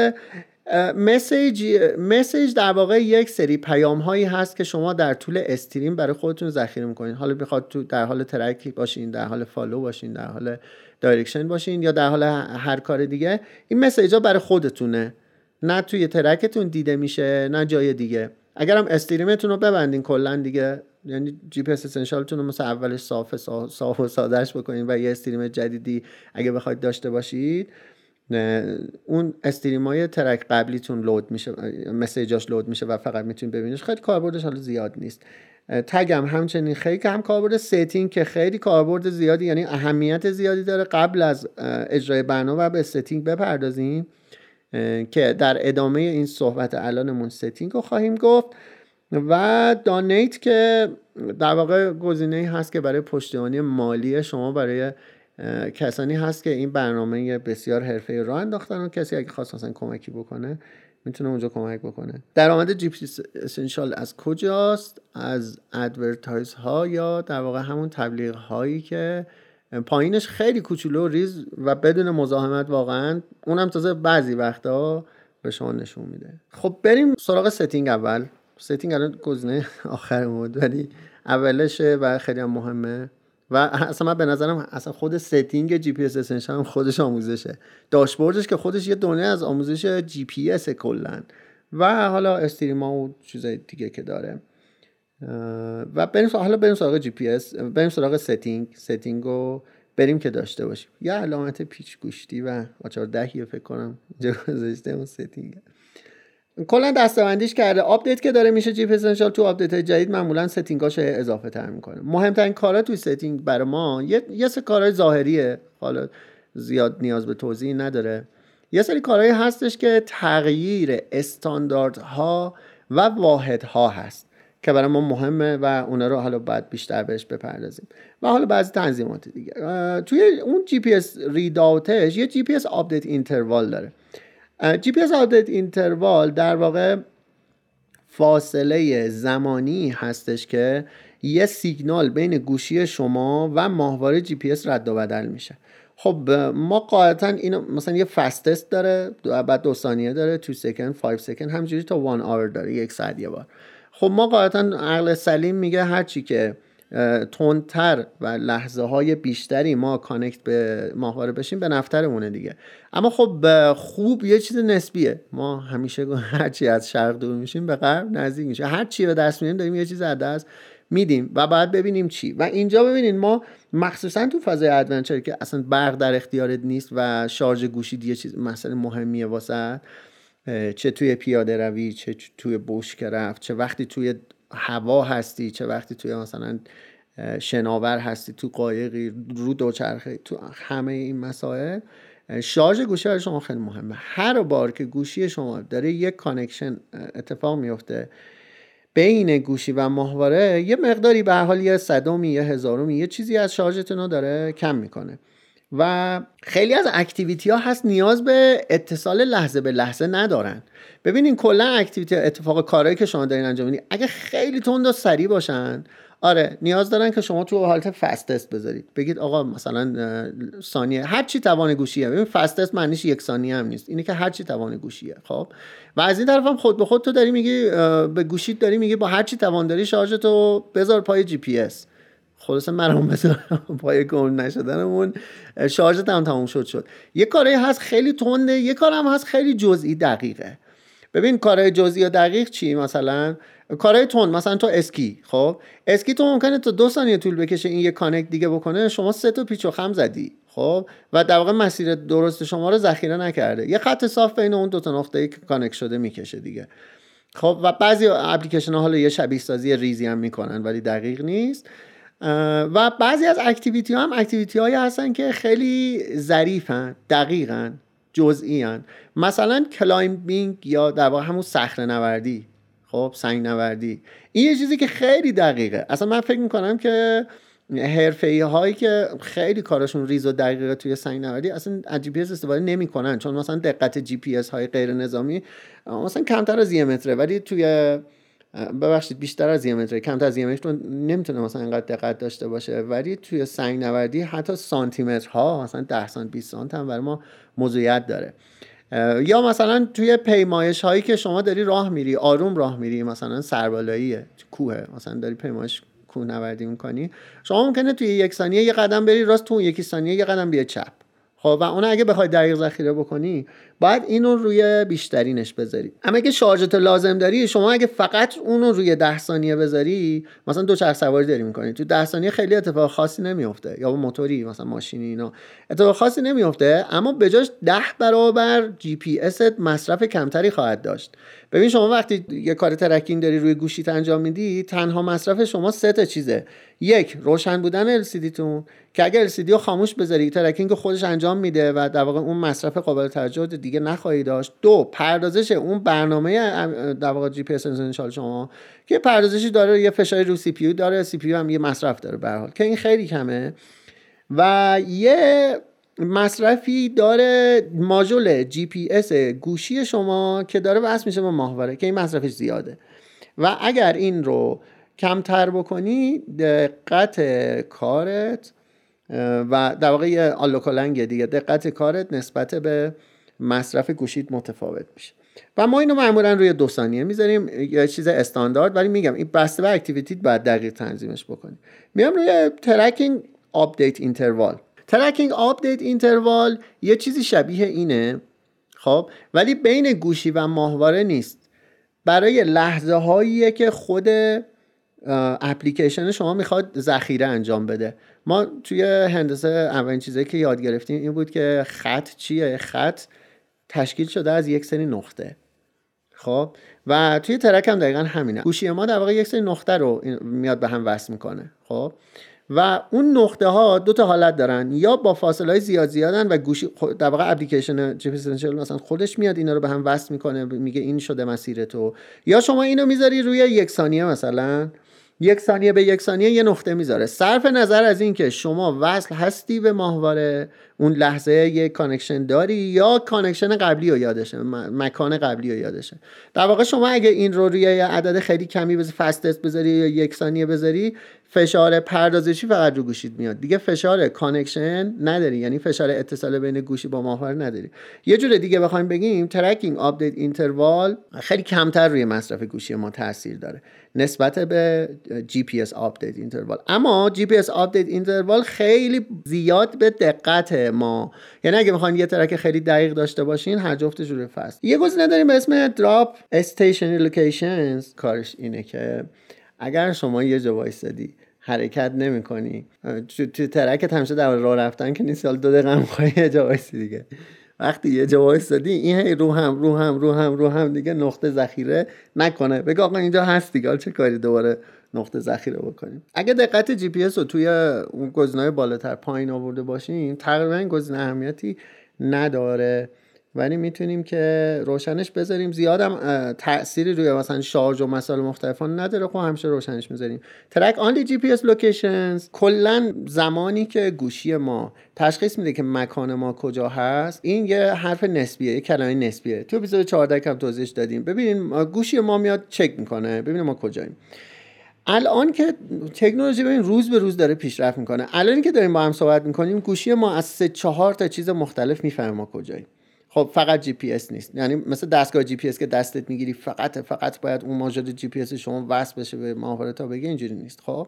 مسیج در واقع یک سری پیام هایی هست که شما در طول استریم برای خودتون ذخیره میکنین. حالا بخواد تو در حال ترک باشین، در حال فالو باشین، در حال دایرکشن باشین یا در حال هر کار دیگه، این مسیج ها برای خودتونه، نه توی ترکتون دیده میشه نه جای دیگه. اگرم استریمتون رو ببندین کلا دیگه، یعنی جی پی اس اسنشالتون رو مثلا اولش صاف و سادهش بکنین و یه استریم جدیدی اگه بخواید داشته باشید اون استریمای ترک قبلیتون لود میشه، مسیجاش لود میشه و فقط میتونید ببینیش. خیلی کاربردش حالا زیاد نیست. تگم همچنین خیلی کم کاربرد. ستینگ که خیلی کاربرد زیادی، یعنی اهمیت زیادی داره. قبل از اجرای برنامه و به ستینگ بپردازیم که در ادامه این صحبت الانمون ستینگ رو خواهیم گفت. و دانیت که در واقع گزینه‌ای هست که برای پشتیبانی مالی شما برای کسانی هست که این برنامه بسیار حرفه‌ای راه انداختن و کسی اگه خواست مثلا کمکی بکنه میتونه اونجا کمک بکنه. درآمد جی پی اسنشال از کجاست؟ از ادورتایز ها یا در واقع همون تبلیغ هایی که پایینش خیلی کوچولو و ریز و بدون مزاحمت واقعا، اونم تازه بعضی وقتا به شما نشون میده. خب بریم سراغ ستینگ. اول ستینگ الان گزینه آخر بود ولی اولشه و خیلی هم مهمه و اصلا من به نظرم اصلا خود ستینگ جی پی اس اسنشال هم خودش آموزشه. داشبوردش که خودش یه دنیا از آموزش جی پی اس کلا و حالا استریما و چیزای دیگه که داره. و بریم سراغ جی پی اس، بریم سراغ ستینگ رو بریم که داشته باشیم. یه علامت پیچ گوشتی و آچار دهیه فکر کنم اینجا گذاشته اون ستینگ. کلا دسته‌بندیش کرده. آپدیت که داره میشه جی پی اس اسنشال تو آپدیت های جدید معمولا ستینگاشو اضافه تر میکنه. مهمترین کارا توی ستینگ برای ما یه سری کارهای ظاهریه، حالا زیاد نیاز به توضیح نداره. یه سری کارهایی هستش که تغییر استانداردها و واحدها هست که برای ما مهمه و اونا رو حالا بعد بیشتر بهش بپردازیم. و حالا بعضی تنظیمات دیگه توی اون جی پی اس ریداوتش یه جی پی اس آپدیت اینتروال داره. جی پی اس آپدیت اینتروال در واقع فاصله زمانی هستش که یه سیگنال بین گوشی شما و ماهواره جی پی اس رد و بدل میشه. خب ما قاعدتا اینو مثلا یه فستست داره، بعد 2 ثانیه داره، 2 سکند، 5 سکند، همینجوری تا 1 اور داره، 1 ساعت یه بار. خب ما قاعدتا عقل سلیم میگه هرچی که تندتر و لحظه های بیشتری ما کانکت به ماهواره بشیم به نفعمونه دیگه. اما خب خوب یه چیز نسبیه. ما همیشه هرچی از شرق دور میشیم به غرب نزدیک میشه، هرچی به دست میاریم داریم یه چیز از دست میدیم و بعد ببینیم چی. و اینجا ببینین ما مخصوصا تو فضای ادونچر که اصلا برق در اختیارت نیست و شارژ گوشی یه چیز مسئله مهمیه واسه، چه توی پیاده روی، چه توی بشک رفت، چه وقتی توی هوا هستی، چه وقتی توی مثلا شناور هستی، تو قایقی، رو دوچرخه، تو همه این مسائل شارژ گوشی برای شما خیلی مهمه. هر بار که گوشی شما داره یک کانکشن اتفاق میفته بین گوشی و ماهواره، یه مقداری به حال یه صدمی، یه هزارمی، یه چیزی از شارژتون رو داره کم میکنه. و خیلی از اکتیویتی ها هست نیاز به اتصال لحظه به لحظه ندارن. ببینین کلا اکتیویتی اتفاق کارهایی که شما دارین انجام میدین اگه خیلی تند و سریع باشن آره نیاز دارن که شما تو حالت فستست بذارید، بگید آقا مثلا ثانیه هر چی توان گوشیه. ببین فستست معنیش یک ثانیه هم نیست، اینه که هر چی توان گوشیه. خب و از این طرف هم خود به خود تو داری میگی به گوشیت داری میگی با هر چی توان داری شارژتو بذار پای جی پی اس. خلاصه مرام بذار پای گم نشدنمون شارژت هم تموم شد. یه کاری هست خیلی تنده، یه کار هم هست خیلی جزئی دقیقه. ببین کارهای جزئی و دقیق چی؟ مثلا کارهای تند، مثلا تو اسکی، خب اسکی تو ممکنه تا 2 ثانیه طول بکشه این یه کانکت دیگه بکنه، شما 3 تا پیچ و خم زدی، خب و در واقع مسیر درست شما رو ذخیره نکرده، یه خط صاف بین اون 2 تا نقطه‌ای که کانکت شده میکشه دیگه. خب و بعضی اپلیکیشن ها حالا یه شبیه سازی ریزی هم میکنن ولی دقیق نیست. و بعضی از اکتیویتی ها هم اکتیویتی هایی هستن که خیلی ظریفن، دقیقن، جزئیان. مثلا کلایمبینگ یا در واقع همون صخره نوردی، خب سنگ نوردی، این یه چیزی که خیلی دقیقه. اصلا من فکر میکنم که حرفه‌ای هایی که خیلی کارشون ریز و دقیقه توی سنگ نوردی اصلا از جی پی اس استفاده نمیکنن، چون مثلا دقت جی پی اس های غیر نظامی مثلا کمتر از یه متره، ولی توی بیشتر از یه متره، کمتر از یه متر نمیتونه مثلا اینقدر دقت داشته باشه، ولی توی سنگ نوردی حتی سانتی مترها، مثلا 10 سانت 20 سانت هم برای ما موضوعیت داره. یا مثلا توی پیمایش هایی که شما داری راه میری، آروم راه میری، مثلا سربالاییه، کوهه، مثلا داری پیمایش کوه نوردی میکنی، شما ممکنه توی 1 ثانیه یه قدم بری راست، تو 1 ثانیه یه قدم بیای چپ. خب و اون اگه بخوای دقیق ذخیره بکنی باید اینو روی بیشترینش بذاری. اما اگه شارژت لازم داری، شما اگه فقط اونو روی 10 ثانیه بذاری، مثلا 2 چرخ سواری داری میکنی، تو 10 ثانیه خیلی اتفاق خاصی نمیفته، یا با موتوری مثلا ماشینی اینا اتفاق خاصی نمیفته، اما به جاش 10 برابر جی پی است مصرف کمتری خواهد داشت. ببین شما وقتی یه کار ترکینگ داری روی گوشیت انجام میدی، تنها مصرف شما 3 تا چیزه. 1 روشن بودن LCD تون که اگه LCD رو خاموش بذاری ترکینگ خودش انجام میده و در واقع اون مصرف قابل توجه دیگه نخواهی داشت. 2 پردازش اون برنامه در واقع جی پی اس اسنشال شما که پردازشی داره، یه فشاری رو سی پی یو داره، سی پی یو هم یه مصرف داره به هر حال که این خیلی کمه. و یه مصرفی داره ماژول جی پی اس گوشی شما که داره وصل میشه با ماهواره که این مصرفش زیاده و اگر این رو کمتر بکنی دقت کارت و در واقع یه آلوکالنگ دیگه، دقت کارت نسبت به مصرف گوشیت متفاوت میشه. و ما اینو معمولا روی 2 ثانیه میذاریم، یه چیز استاندارد، ولی میگم این بسته به اکتیویتی باید دقیق تنظیمش بکنی. میام روی ترکینگ آپدیت اینتروال. ترکینگ آپدیت اینتروال یه چیزی شبیه اینه، خب ولی بین گوشی و ماهواره نیست، برای لحظه هاییه که خود اپلیکیشن شما میخواد ذخیره انجام بده. ما توی هندسه اولین چیزی که یاد گرفتیم این بود که خط چیه؟ خط تشکیل شده از یک سری نقطه. خب و توی ترک هم دقیقا همینه. گوشی ما در واقع یک سری نقطه رو میاد به هم وصل میکنه. خب و اون نقطه ها 2 تا حالت دارن، یا با فاصله های زیادن و گوشی در واقع اپلیکیشن جی پی اس اسنشال مثلا خودش میاد اینا رو به هم وصل میکنه، میگه این شده مسیر تو، یا شما اینو میذاری روی 1 ثانیه، مثلا 1 ثانیه به 1 ثانیه یه نقطه میذاره. صرف نظر از این که شما وصل هستی به ماهواره، اون لحظه یه کانکشن داری یا کانکشن قبلی رو یادشه، مکان قبلی رو یادشه. در واقع شما اگه این رو روی عدد خیلی کمی بذاری، فستست بذاری یا 1 ثانیه بذاری، فشار پردازشی فقط رو گوشیت میاد دیگه، فشار کانکشن نداری، یعنی فشار اتصال بین گوشی با ماهواره نداری. یه جور دیگه بخوایم بگیم ترکینگ آپدیت اینتروال خیلی کمتر روی مصرف گوشی ما تاثیر داره نسبت به جی پی اس آپدیت اینتروال. اما جی پی اس آپدیت اینتروال خیلی زیاد به دقت ما، یعنی اگه میخواین یه ترک خیلی دقیق داشته باشین هر جفتش روی فست. یه گزینه داریم به اسم دراپ استیشن لوکیشنز. کارش اینه که اگر شما یه جا وایسادی حرکت نمی‌کنی، تو ترکت همیشه در راه رفتن که نیست، 2 دقیقه می‌خوای یه جا وایسی دیگه. وقتی یه جا وایسادی این هی رو هم دیگه نقطه ذخیره نکنه، بگه آقا اینجا هست دیگه، چه کاری دوباره نقطه ذخیره بکنیم. اگه دقت جی پی اس رو توی اون گزینه‌های بالاتر پایین آورده باشیم تقریبا این گزینه اهمیتی نداره، ولی میتونیم که روشنش بذاریم. زیادم تأثیری روی مثلا شارژ و مسائل مختلفان نداره، خب همیشه روشنش میذاریم. ترک آنلی جی پی اس لوکیشنز، کلا زمانی که گوشی ما تشخیص میده که مکان ما کجا هست، این یه حرف نسبیه، یه کلمه نسبیه. تو اپیزود 14 هم توضیحش دادیم. ببینین گوشی ما میاد چک میکنه ببینیم ما کجاییم. الان که تکنولوژی ببین روز به روز داره پیشرفت میکنه. الان که داریم با هم صحبت میکنیم گوشی ما از 3-4 تا چیز مختلف میفهمه ما کجاییم. خب فقط جی پی اس نیست، یعنی مثل دستگاه جی پی اس که دستت میگیری فقط باید اون ماژور جی پی اس شما وصل بشه به ماهواره تا بگه، اینجوری نیست. خب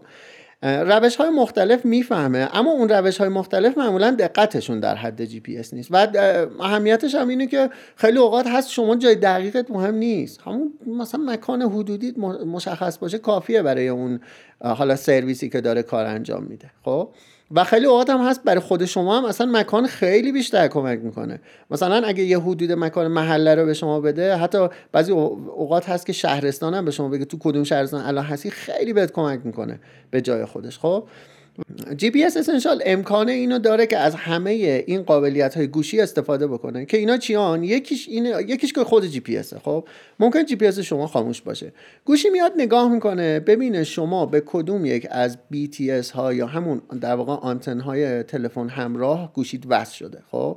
روش های مختلف میفهمه، اما اون روش های مختلف معمولا دقتشون در حد جی پی اس نیست و اهمیتش هم اینه که خیلی اوقات هست شما جای دقیقت مهم نیست، همون مثلا مکان حدودی مشخص باشه کافیه برای اون حالا سرویسی که داره کار انجام میده. خب و خیلی اوقات هم هست برای خود شما هم اصلا مکان خیلی بیشتر کمک میکنه. مثلا اگه یه حدود مکان محله رو به شما بده، حتی بعضی اوقات هست که شهرستان هم به شما بگه تو کدوم شهرستان الان هستی، خیلی بهت کمک میکنه به جای خودش. خب جی پی اس اسنشال امکانه اینو داره که از همه این قابلیت های گوشی استفاده بکنه که اینا چیان؟ یکیش که خود جی پی اسه. خب ممکن جی پی اس شما خاموش باشه، گوشی میاد نگاه میکنه ببینه شما به کدوم یک از بی تی اس ها یا همون در واقع آنتن های تلفن همراه گوشیت وصل شده. خب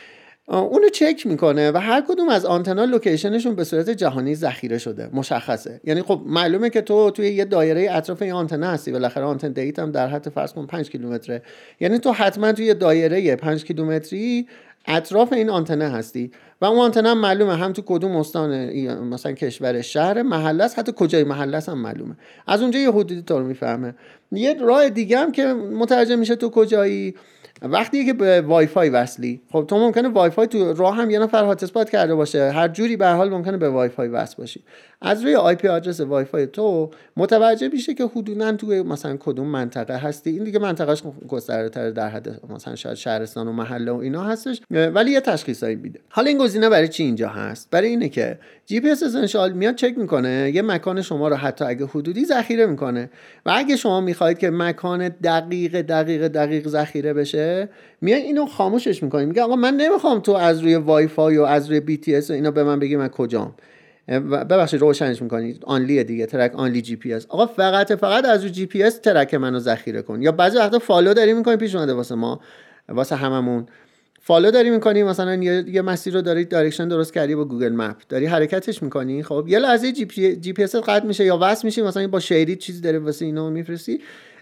اونو چک میکنه و هر کدوم از آنتنا لوکیشنشون به صورت جهانی ذخیره شده، مشخصه. یعنی خب معلومه که تو توی یه دایره اطراف این آنتنا هستی، بالاخره آنتن دیت هم در حد فرض کن 5 کیلومتره، یعنی تو حتما توی دایره 5 کیلومتری اطراف این آنتنا هستی و اون آنتنا هم معلومه هم تو کدوم استان مثلا کشور، شهر، محله است، حتی کجای محله است هم معلومه. از اونجا یه حدودی تو رو میفهمه. یه راه دیگه هم که مترجم میشه تو کجایی، وقتی که به وای فای وصلی، خب تو ممکنه وای فای تو راه هم یه نفر هات اسپات کرده باشه، هر جوری به هر حال ممکنه به وای فای وصل باشی. از روی آی پی آدرس وای فای تو متوجه میشه که حدوداً تو مثلا کدوم منطقه هستی. این دیگه منطقهش گسترده‌تر در حد مثلا شاید شهرستان و محله و اینا هستش، ولی یه تشخیصایی میده. حالا این گزینه برای چی اینجا هست؟ برای اینه که جی پی اس اسنشال میاد چک میکنه یه مکان شما رو حتی اگه حدودی ذخیره میکنه و اگه شما میخواید که مکان دقیق ذخیره بشه، میای اینو خاموشش میکنی، میگه آقا من نمیخوام تو از روی وای فای و از روی بی تی اس و اینا به من بگی من کجام. ببخشید روشنش میکنید آنلی دیگه، ترک آنلی جی پی اس. آقا فقط از روی جی پی اس ترک منو ذخیره کن. یا بعضی وقتا فالو داری میکنی، پیش اومده واسه ما، واسه هممون فالو داری میکنی، مثلا یه مسیر رو داری دایرکشن درست کردی با گوگل مپ، داری حرکتش میکنی، خب یه لحظه جی پی اس قطع میشه یا وصل میشه، مثلا با شیری چیزی داره واسه اینو میفرستی،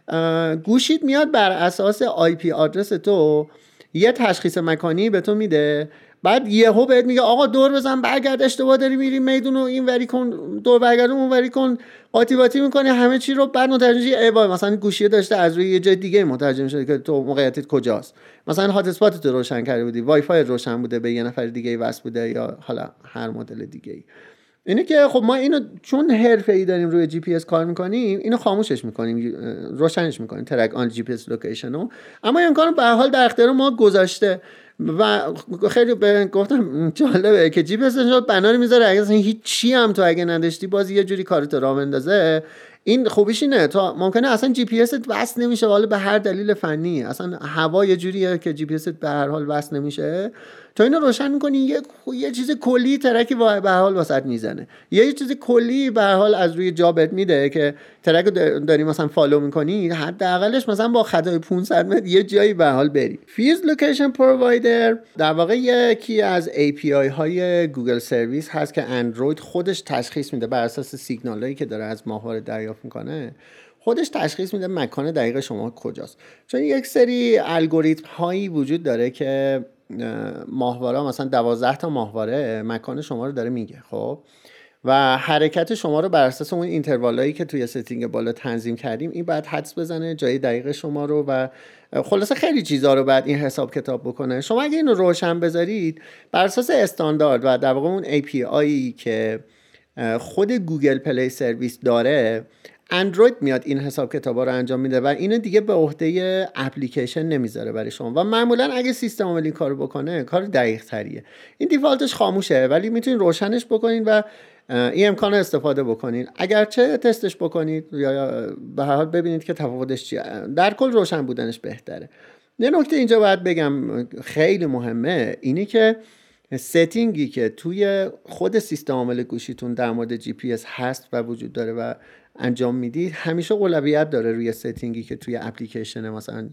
گوشیت میاد بر اساس آی پی آدرس تو یه تشخیص مکانی به تو میده، بعد یهو بهت میگه آقا دور بزن برگرد، اشتباه داری میری میدون و این وری کن، دور برگرد اون وری کن، قاطی باطی میکنه همه چی رو. بعد متوجه میشی ای وای مثلا گوشی داشته از روی یه جای دیگه متوجه میشه که تو موقعیتت کجاست، مثلا هات اسپاتت رو روشن کرده بودی، وای فای روشن بوده به یه نفر دیگه وصل بوده یا حالا هر مدل دیگه ای. اینه که خب ما اینو چون حرفه‌ای داریم روی جی پی اس کار میکنیم، اینو خاموشش میکنیم، روشنش میکنیم، ترک آن جی پی اس لوکیشنو، اما این امکانو به هر حال در اختیار ما گذاشته و خیلی گفتم جالبه که جی پی اس بناری میذاره اگه اصلا هیچ چی هم تو اگه نداشتی باز یه جوری کارت راه بندازه. این خوبیش اینه تو ممکنه اصلا جی پی اس وصل نمیشه، حالا به هر دلیل فنی اصلا هوا یه جوریه که جی پی اس به هر حال وصل نمیشه، تو اینو روشن میکنی یه چیز کلی ترکی به هر حال واسط میزنه، یه چیز کلی به هر حال از روی جا بهت میده که ترک داری مثلا فالو میکنی، حداقلش مثلا با خطای 500 متر یه جایی به هر حال بری. فیوز لوکیشن پرووایدر در واقع یکی از API های گوگل سرویس هست که اندروید خودش تشخیص میده بر اساس سیگنالایی که داره از ماهواره دریافت میکنه، خودش تشخیص میده مکان دقیق شما کجاست. چون یک سری الگوریتم هایی وجود داره که ماهواره مثلا 12 تا ماهواره مکان شما رو داره میگه، خب و حرکت شما رو بر اساس اون اینتروالایی که توی ستینگ بالا تنظیم کردیم این بعد حدس بزنه جای دقیق شما رو و خلاصه خیلی چیزا رو بعد این حساب کتاب بکنه. شما اگه اینو روشن بذارید بر اساس استاندارد و در واقع اون API که خود گوگل پلی سرویس داره، اندروید میاد این حساب کتابا رو انجام میده و اینو دیگه به عهده اپلیکیشن نمیذاره برای شما و معمولا اگه سیستم عامل این کارو بکنه کار دقیق تریه. این دیفالتش خاموشه ولی میتونید روشنش بکنید و این امکان رو استفاده بکنید، اگرچه تستش بکنید یا به هر حال ببینید که تفاوتش چیه. در کل روشن بودنش بهتره. یه نکته اینجا باید بگم خیلی مهمه، اینی که ستینگی که توی خود سیستم عامل گوشیتون در مورد جی پی اس هست و وجود داره و انجام میدید همیشه اولویت داره روی ستینگی که توی اپلیکیشن مثلا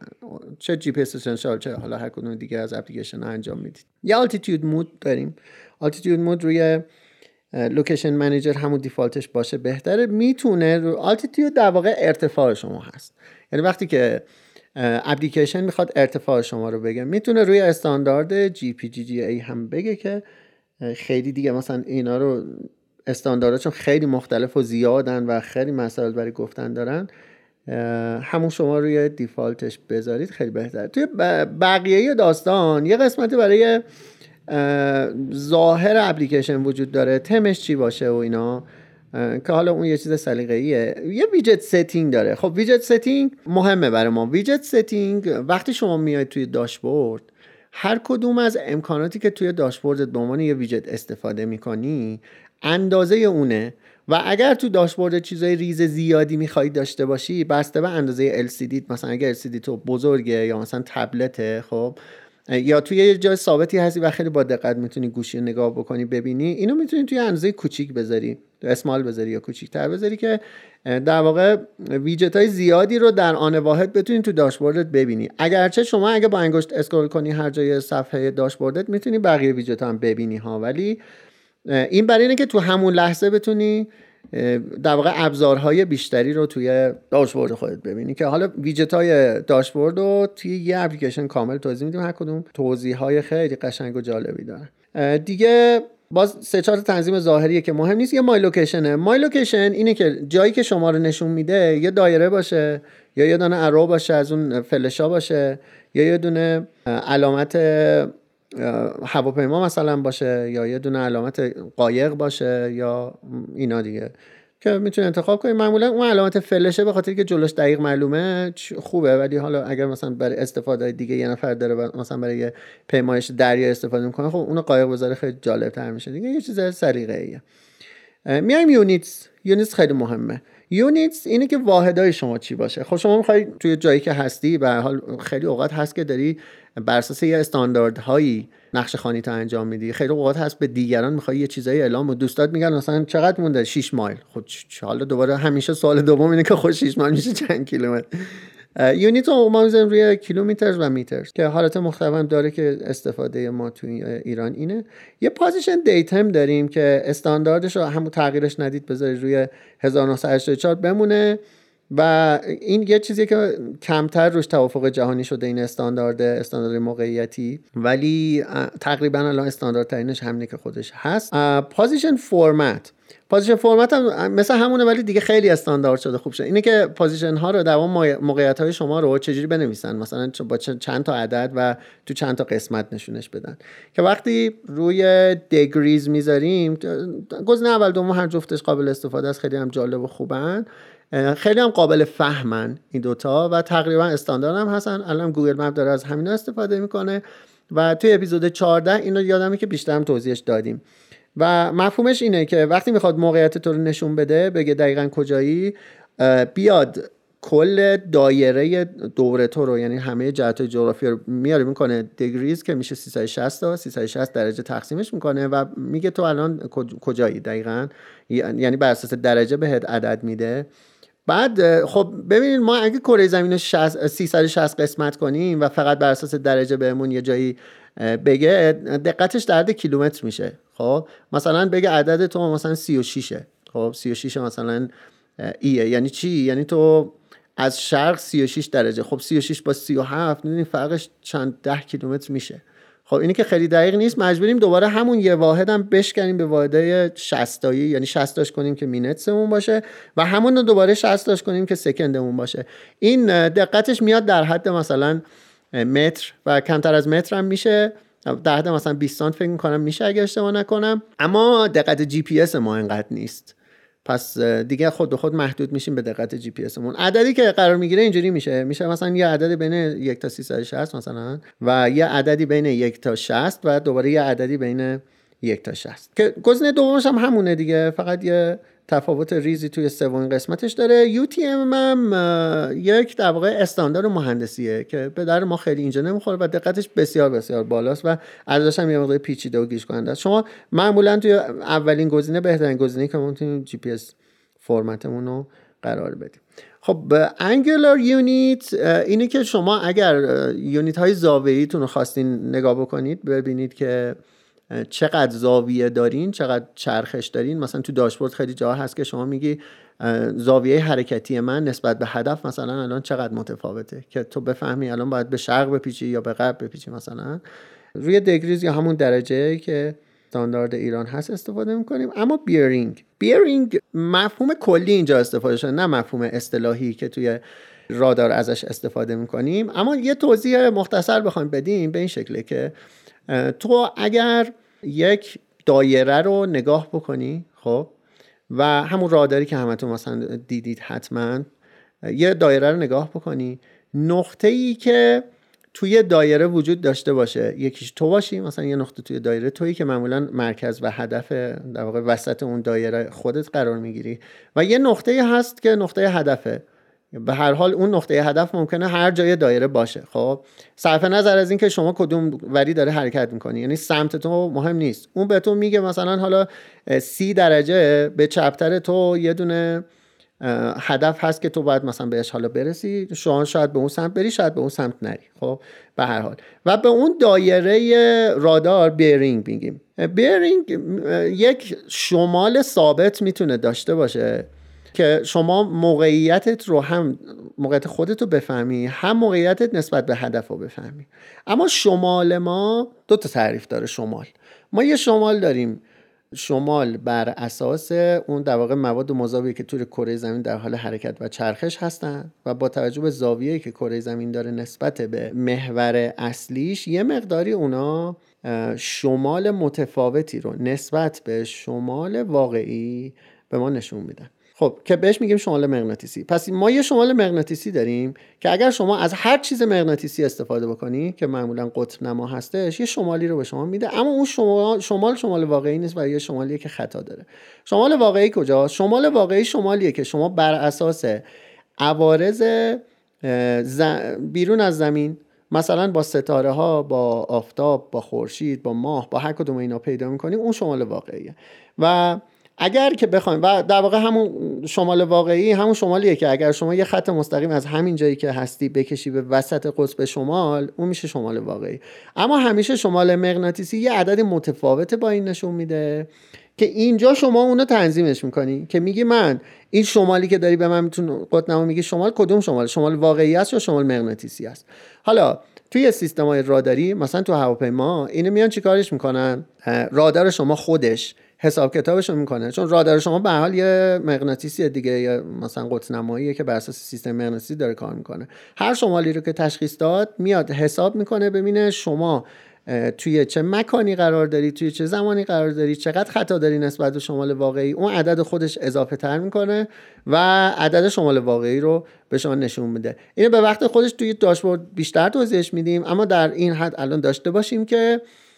چه جی پی اس اسنشال چه حالا هر کدوم دیگه از اپلیکیشن ها انجام میدید. یا آلتیتیود مود داریم. آلتیتیود مود روی لوکیشن منیجر همون دیفالتش باشه بهتره. میتونه آلتیتیود در واقع ارتفاع شما هست، یعنی وقتی که اپلیکیشن میخواد ارتفاع شما رو بگه میتونه روی استاندارد GPGA هم بگه که خیلی دیگه مثلا اینا رو استانداردشون خیلی مختلف و زیادن و خیلی مسائل برای گفتن دارن، همون شما روی دیفالتش بذارید خیلی بهتره. توی بقیه داستان یه قسمتی برای ظاهر اپلیکیشن وجود داره، تمش چی باشه و اینا، که حالا اون یه چیز سلیقه‌ایه. یه ویجت ستینگ داره. خب ویجت ستینگ مهمه برای ما. ویجت ستینگ وقتی شما میاید توی داشبورد، هر کدوم از امکاناتی که توی داشبوردت به عنوان یه ویجت استفاده میکنی اندازه اونه و اگر تو داشبورد چیزای ریز زیادی میخوای داشته باشی بسته به اندازه LCD، مثلا اگر LCD تو بزرگه یا مثلا تبلته، خب یا توی یه جای ثابتی هستی و خیلی با دقت میتونی گوشی رو نگاه بکنی ببینی، اینو میتونی توی اندازه کوچیک بذاری، اسمال بذاری یا کوچیک‌تر بذاری که در واقع ویجت های زیادی رو در آن واحد بتونی تو داشبوردت ببینی. اگرچه شما اگه با انگشت اسکرول کنی هر جای صفحه داشبوردت میتونی بقیه ویجت ها هم ببینی ها، ولی این برای اینه که تو همون لحظه بتونی در واقع ابزارهای بیشتری رو توی داشبورد خودت ببینی، که حالا ویجت های داشبورد رو توی یه اپلیکیشن کامل توضیح میدیم، هر کدوم توضیح‌های خیلی قشنگ و جالبی داره. دیگه باز 3-4 تنظیم ظاهریه که مهم نیست. یه مای لوکیشنه. مای لوکیشن اینه که جایی که شما رو نشون میده یه دایره باشه یا یه دونه ارو باشه از اون فلشا باشه یا یه دونه علامت هواپیما مثلا باشه یا یه دونه علامت قایق باشه یا اینا دیگه که میتونه انتخاب کنید. معمولا اون علامت فلشه به خاطر که جلوش دقیق معلومه خوبه، ولی حالا اگر مثلا برای استفاده دیگه یه نفر داره و مثلا برای پیمایش دریا استفاده میکنه، خب اون قایق بذاره خیلی جالب تر میشه دیگه، یه چیز سلیقه‌ایه. میایم یونیتس خیلی مهمه. یونیتس اینه که واحدهای شما چی باشه. خب شما میخوای توی جایی که هستی، به هر حال خیلی اوقات هست که داری بر اساس یه استانداردهایی نقشه خوانی تا انجام میدی، خیلی اوقات هست به دیگران میخوای یه چیزایی اعلام و دوستات میگن مثلا چقدر مونده 6 مایل. خب حالا دوباره همیشه سوال دوم اینه که خب 6 مایل میشه چند کیلومتر. یونیت رو ما میذاریم روی کیلومتر و متر که حالت مختلف هم داره که استفاده ما تو ایران اینه. یه پوزیشن دیت هم داریم که استانداردش رو همون تغییرش ندید بذاری روی 1984 بمونه و این یه چیزیه که کمتر روش توافق جهانی شده، این استاندارد موقعیتی، ولی تقریبا الان استانداردترینش همینه که خودش هست. پوزیشن فرمت هم مثل همونه ولی دیگه خیلی استاندارد شده، خوب شده. اینه که پوزیشن ها رو در اون موقعیت های شما رو چجوری بنویسن، مثلا با چند تا عدد و تو چند تا قسمت نشونش بدن، که وقتی روی دیگریز میذاریم گزینه اول دوم هر جفتش قابل استفاده است، خیلی هم جالب و خوبن، خیلی هم قابل فهمن این دوتا و تقریبا استاندارد هم هستن. الان گوگل مپ داره از همینا استفاده میکنه و توی اپیزود 14 اینو یادمه که بیشتر هم توضیحش دادیم و مفهومش اینه که وقتی میخواد موقعیت تو رو نشون بده، بگه دقیقاً کجایی، بیاد کل دایره دوره تو رو، یعنی همه جهت‌های جغرافی رو میاره میکنه دیگریز که میشه 360 درجه تقسیمش میکنه و میگه تو الان کجایی دقیقاً، یعنی بر اساس درجه بهت عدد میده. بعد خب ببینید ما اگه کره زمین رو 360 قسمت کنیم و فقط بر اساس درجه بهمون یه جایی بگه، دقتش در حد کیلومتر میشه. خب مثلا بگه عدد تو مثلا 36، خب 36 مثلا ایه، یعنی چی؟ یعنی تو از شرق 36 درجه، خب 36 با 37 میدونی فرقش چند 10 کیلومتر میشه. خب اینی که خیلی دقیق نیست، مجبوریم دوباره همون یه واحد هم بشکنیم به واحد 60 یعنی 60 تاش کنیم که مینتسمون باشه و همون رو دوباره 60 تاش کنیم که سکندمون باشه. این دقتش میاد در حد مثلا متر و کمتر از متر هم میشه، در حد مثلا 20 سانت فکر میکنم میشه اگه اشتباه نکنم، اما دقت جی پی اس ما اینقدر نیست، پس دیگه خود به خود محدود میشیم به دقت جی پی اس مون. عددی که قرار میگیره اینجوری میشه مثلا یه عدد بین 1 تا 360 مثلا و یه عددی بین 1 تا 60 و دوباره یه عددی بین 1 تا 60 که گزینه دومش هم همونه دیگه، فقط یه تفاوت ریزی توی سومین قسمتش داره. UTM هم یک در واقع استاندارد مهندسیه که به در ما خیلی اینجا نمیخوره و دقتش بسیار بسیار بالاست و ارزشش هم یه مقدار پیچیده و گیج کننده است. شما معمولا توی اولین گزینه بهترین گزینه‌ای که میتونیم جی پی اس فرمتمون رو قرار بدیم. خب انگولار یونیت اینه که شما اگر یونیت های زاویه‌ایتون رو خواستین نگاه بکنید ببینید که چقدر زاویه دارین، چقدر چرخش دارین. مثلا تو داشبورد خیلی جا هست که شما میگی زاویه حرکتی من نسبت به هدف مثلا الان چقدر متفاوته، که تو بفهمی الان باید به شرق بپیچی یا به غرب بپیچی. مثلا روی دگریز یا همون درجه که استاندارد ایران هست استفاده میکنیم. اما بیرینگ مفهوم کلی اینجا استفاده شده، نه مفهوم اصطلاحی که توی رادار ازش استفاده میکنیم. اما یه توضیح مختصر بخوایم بدیم به این شکله که تو اگر یک دایره رو نگاه بکنی، خب، و همون راداری که همتون مثلا دیدید حتما، یه دایره رو نگاه بکنی، نقطه‌ای که توی دایره وجود داشته باشه، یکیش تو باشی، مثلا یه نقطه توی دایره تویی که معمولا مرکز و هدف در واقع وسط اون دایره خودت قرار میگیری، و یه نقطه‌ای هست که نقطه هدفه. به هر حال اون نقطه هدف ممکنه هر جای دایره باشه. خب صرف نظر از این که شما کدوم وری داره حرکت میکنی، یعنی سمت تو مهم نیست، اون به تو میگه مثلا حالا 30 درجه به چپتر تو یه دونه هدف هست که تو باید مثلا بهش حالا برسی، شما شاید به اون سمت بری، شاید به اون سمت نری. خب به هر حال، و به اون دایره رادار بیرینگ میگیم. بیرینگ یک شمال ثابت میتونه داشته باشه که شما موقعیتت رو، هم موقعیت خودت رو بفهمی، هم موقعیتت نسبت به هدف رو بفهمی. اما شمال ما دو تا تعریف داره. ما یه شمال داریم، شمال بر اساس اون در واقع مواد مذابی که توی کره زمین در حال حرکت و چرخش هستن و با توجه به زاویه‌ای که کره زمین داره نسبت به محور اصلیش، یه مقداری اونا شمال متفاوتی رو نسبت به شمال واقعی به ما نشون میدن. خب که بهش میگیم شمال مغناطیسی. پس ما یه شمال مغناطیسی داریم که اگر شما از هر چیز مغناطیسی استفاده بکنی که معمولا قطب نما هستش، یه شمالی رو به شما میده. اما اون شمال واقعی نیست و یه شمالیه که خطا داره. شمال واقعی کجاست؟ شمال واقعی شمالیه که شما بر اساس عوارض بیرون از زمین، مثلا با ستاره ها، با آفتاب، با خورشید، با ماه، با هر کدوم اینا پیدا میکنیم، اون شمال واقعیه. و اگر که بخوایم، و در واقع همون شمال واقعی همون شمالیه که اگر شما یه خط مستقیم از همین جایی که هستی بکشی به وسط قطب شمال، اون میشه شمال واقعی. اما همیشه شمال مغناطیسی یه عدد متفاوته با این نشون میده که اینجا شما اونو تنظیمش میکنی، که میگی من این شمالی که داری به من میتون قطب‌نما میگی شمال، کدوم شمال واقعی است یا شمال مغناطیسی است؟ حالا توی سیستم‌های راداری مثلا تو هواپیما اینو میان چیکارش میکنن؟ رادار شما خودش حساب کتابشو میکنه، چون رادار شما به هر حال یه مغناطیسی دیگه، یا مثلا قطب‌نماییه که بر اساس سیستم مغناطیسی داره کار میکنه. هر شمالی رو که تشخیص داد میاد حساب میکنه ببینه شما توی چه مکانی قرار داری، توی چه زمانی قرار داری، چقدر خطا داری نسبت به شمال واقعی، اون عدد خودش اضافه تر میکنه و عدد شمال واقعی رو به شما نشون میده. اینو به وقت خودش توی داشبورد بیشتر توضیحش میدیم، اما در این حد الان داشته باشیم که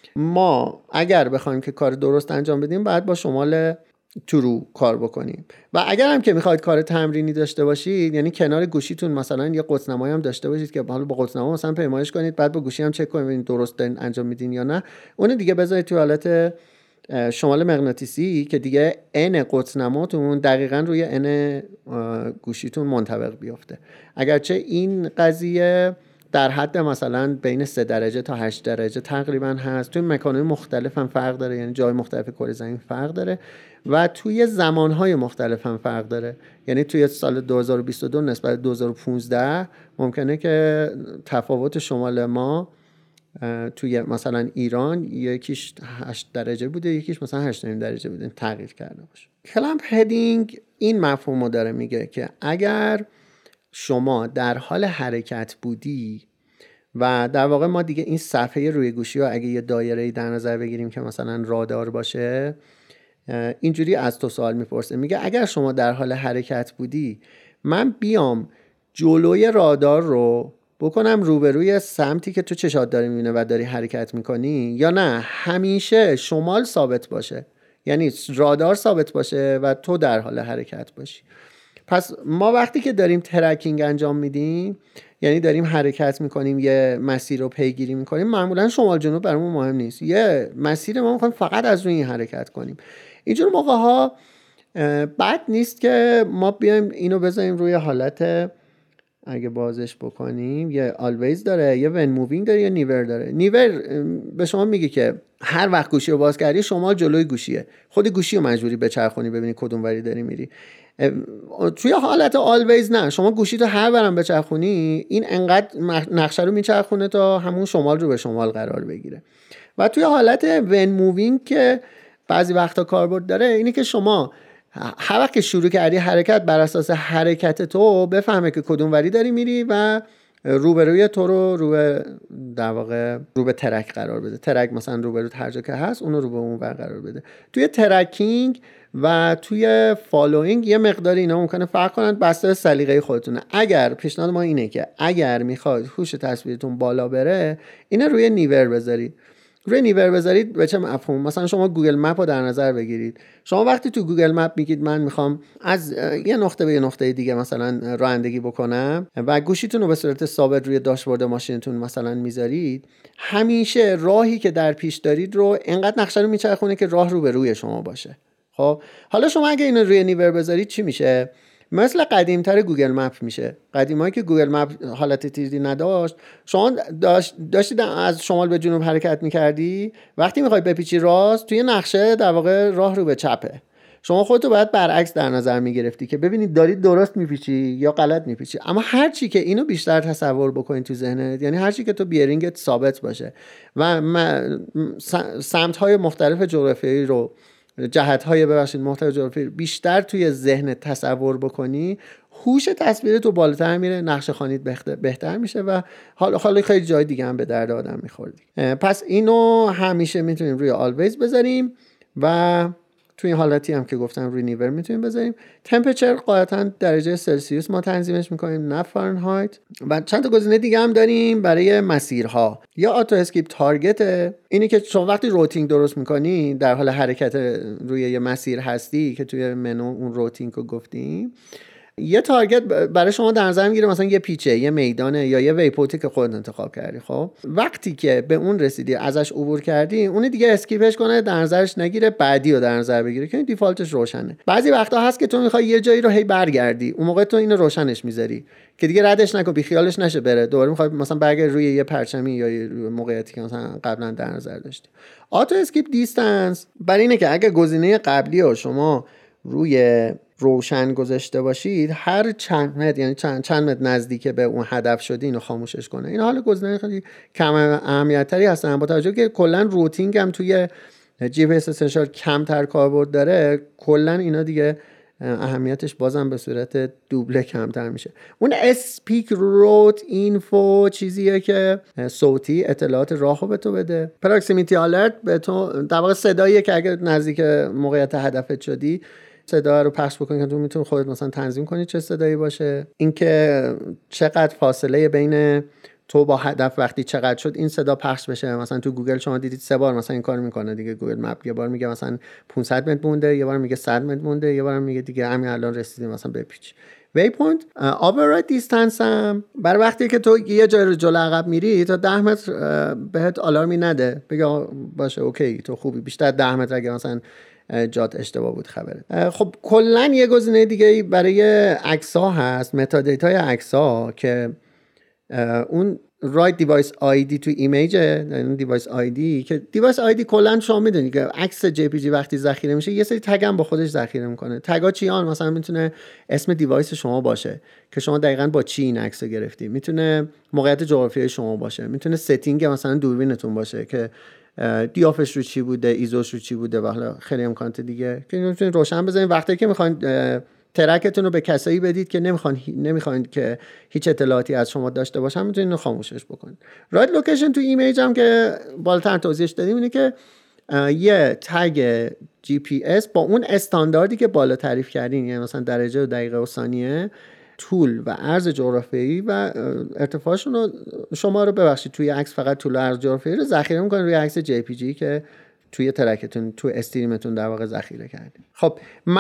ما اگر بخوایم که کار درست انجام بدیم باید با شمال ترو کار بکنیم. و اگر هم که میخواید کار تمرینی داشته باشید، یعنی کنار گوشیتون مثلا یه قطب‌نمایی هم داشته باشید که حالا با قطب‌نما مثلا پیمایش کنید، بعد با گوشی هم چک کنید ببینید درست دارین انجام میدین یا نه، اون دیگه بذارید تو حالت شمال مغناطیسی که دیگه n قطب‌نماتون دقیقاً روی n گوشیتون منطبق بیفته. اگرچه این قضیه در حد مثلا بین 3 درجه تا 8 درجه تقریبا هست، توی مکان‌های مختلف هم فرق داره، یعنی جای مختلف کره زمین فرق داره و توی زمان‌های مختلف هم فرق داره. یعنی توی سال 2022 نسبت 2015 ممکنه که تفاوت شمال ما توی مثلا ایران یکیش 8 درجه بوده، یکیش مثلا 8.5 درجه بوده، تغییر کرده باشه. کلمپ هدینگ این مفهومو داره میگه که اگر شما در حال حرکت بودی و در واقع ما دیگه این صفحه روی گوشی رو اگه یه دایره‌ای در نظر بگیریم که مثلا رادار باشه، اینجوری از تو سوال میپرسه، میگه اگر شما در حال حرکت بودی، من بیام جلوی رادار رو بکنم روبروی سمتی که تو چشات داری میبینه و داری حرکت میکنی، یا نه همیشه شمال ثابت باشه، یعنی رادار ثابت باشه و تو در حال حرکت باشی. پس ما وقتی که داریم ترکینگ انجام میدیم، یعنی داریم حرکت میکنیم، یه مسیر رو پیگیری میکنیم، معمولا شمال جنوب برامون مهم نیست، یه مسیر ما میخوایم فقط از روی این حرکت کنیم. اینجور موقع ها بد نیست که ما بیایم اینو بذاریم روی حالت، اگه بازش بکنیم، یه always داره، یه when moving داره، یه never داره. never به شما میگه که هر وقت گوشی رو باز کردی شمال جلوی گوشیه، خود گوشی رو مجبوری بچرخونی ببینی کدوم وری داری میری. توی حالت آلویز نه، شما گوشی تو هر برم بچرخونی این انقدر نقشه رو میچرخونه تا همون شمال رو به شمال قرار بگیره. و توی حالت ون مووینگ که بعضی وقتا کاربرد داره اینه که شما هر وقت که شروع کردی حرکت بر اساس حرکت تو بفهمه که کدوم وری داری میری و روبروی تو رو در واقع رو به ترک قرار بده. ترک مثلا روبرو هر جا که هست اونو رو به اون ور قرار بده. توی ترکینگ و توی فالوینگ یه مقداری اینا ممکنه فرق کنن بسته به سلیقه خودتونه. اگر پیشنهاد ما اینه که اگر میخواید هوش تصویرتون بالا بره اینو روی نیور بذارید. روی نیور بذارید به چه مفهوم؟ مثلا شما گوگل مپ رو در نظر بگیرید. شما وقتی تو گوگل مپ میگید من میخوام از یه نقطه به یه نقطه دیگه مثلا رانندگی بکنم و گوشیتون رو به صورت ثابت روی داشبورد ماشینتون مثلا میذارید، همیشه راهی که در پیش دارید رو انقدر نقشه رو میچرخونه که راه رو به روی شما باشه. خب حالا شما اگه اینو روی نیور بذارید چی میشه؟ مثل قدیمتر گوگل مپ میشه. قدیمایی که گوگل مپ حالت تیردی نداشت، شما داشتید از شمال به جنوب حرکت میکردی، وقتی میخوای بپیچی راست توی نقشه در واقع راه رو به چپه، شما خودتو باید برعکس در نظر میگرفتی که ببینید دارید درست میپیچی یا غلط میپیچی. اما هر چی که اینو بیشتر تصور بکنید تو ذهنت، یعنی هر چی که تو بیرینگت ثابت باشه و سمت‌های مختلف جغرافیایی رو جهت‌های مختلف جغرافی بیشتر توی ذهن تصور بکنی، هوش تصویر تو بالاتر میره، نقشه خوانیت بهتر میشه و حالا خیلی جای دیگه هم به درد آدم میخوردی. پس اینو همیشه میتونیم روی آلویز بذاریم و توی این حالتی هم که گفتم روی نیور میتونیم بذاریم. تمپرچر قاعدتا درجه سلسیوس ما تنظیمش میکنیم نه فارنهایت. و چند تا گزینه دیگه هم داریم برای مسیرها. یا آتو اسکیپ تارگت، اینی که شما وقتی روتینگ درست میکنی در حال حرکت روی یه مسیر هستی که توی منو اون روتینگ رو گفتیم، یه تارگت برای شما در نظر میگیره، مثلا یه پیچه، یه میدانه یا یه ویپوتی که خودت انتخاب کردی. خب وقتی که به اون رسیدی ازش عبور کردی، اون دیگه اسکیپش کنه، در نظرش نگیره، بعدی رو در نظر بگیره که این دیفالتش روشنه. بعضی وقتا هست که تو میخوای یه جایی رو هی برگردی، اون موقع تو اینو روشنش میذاری که دیگه ردش نکن، بی خیالش نشه بره، دوباره میخوای مثلا برگردی روی یه پرچمی یا یه موقعیتی که مثلا قبلا در نظر داشتی. آتو اسکیپ دیستنس برای اینه که اگه گزینه قبلی رو شما روی روشن گذاشته باشید، هر چند متر، یعنی چند متر نزدیک به اون هدف شدی اینو خاموشش کنه. این حالا گزینه خیلی کم اهمیت تری هستن، با توجه که کلا روتینگ هم توی جی پی اس اسنشال کمتر کاربرد داره، کلا اینا دیگه اهمیتش بازم به صورت دوبله کمتر میشه. اون اسپیک روت اینفو چیزیه که صوتی اطلاعات راهو به تو بده. پراکسیمیتی آلرت به تو در واقع صداییه که اگه نزدیک موقعیت هدفت شدی صدا رو پخش بکنی که تو میتونی خودت مثلا تنظیم کنی چه صدایی باشه. اینکه چقدر فاصله بین تو با هدف وقتی چقدر شد این صدا پخش بشه. مثلا تو گوگل شما دیدید 3 بار مثلا این کارو میکنه دیگه. گوگل مپ یه بار میگه مثلا 500 متر مونده، یه بار میگه 100 متر مونده، یه بار میگه دیگه همین الان رسیدیم مثلا به پیچ. وی پوینت اوورراید دیستنس هم برای وقتی که تو یه جای رو جلو عقب میری تا 10 متر بهت آلارمی نده، بگه باشه اوکی تو خوبی، بیشتر 10 متر اگه مثلا جات اشتباه بود خبره. خب کلا یه گزینه دیگه برای عکس‌ها هست، متا دیتای عکس‌ها، که اون رایت دیوایس آیدی تو ایمیج، یعنی دیوایس آیدی که دیوایس آیدی کلا شما میدونید که عکس جی پی جی وقتی ذخیره میشه یه سری تگ هم با خودش ذخیره میکنه. تگا چیان؟ مثلا میتونه اسم دیوایس شما باشه که شما دقیقاً با چی این عکس رو گرفتی، میتونه موقعیت جغرافیایی شما باشه، میتونه ستینگ مثلا دوربینتون باشه که دیافش رو چی بوده، ایزوش رو چی بوده و حالا خیلی امکانات دیگه که میتونید روشن بذارید. وقتی که میخواین ترکتون رو به کسایی بدید که نمیخواین که هیچ اطلاعاتی از شما داشته باشن، میتونید اینو خاموشش بکنید. رایت لوکیشن تو ایمیج هم که بالاتر توضیحش دادیم اینه که یه تگ جی پی اس با اون استانداردی که بالا تعریف کردین، یعنی مثلا درجه و دقیقه و ثانیه، طول و عرض جغرافیایی و ارتفاعشون رو شما رو ببخشید توی عکس فقط طول و عرض جغرافیایی رو ذخیره می‌کنه روی عکس جی پی جی که توی ترکتون توی استریمتون در واقع ذخیره کردید. خب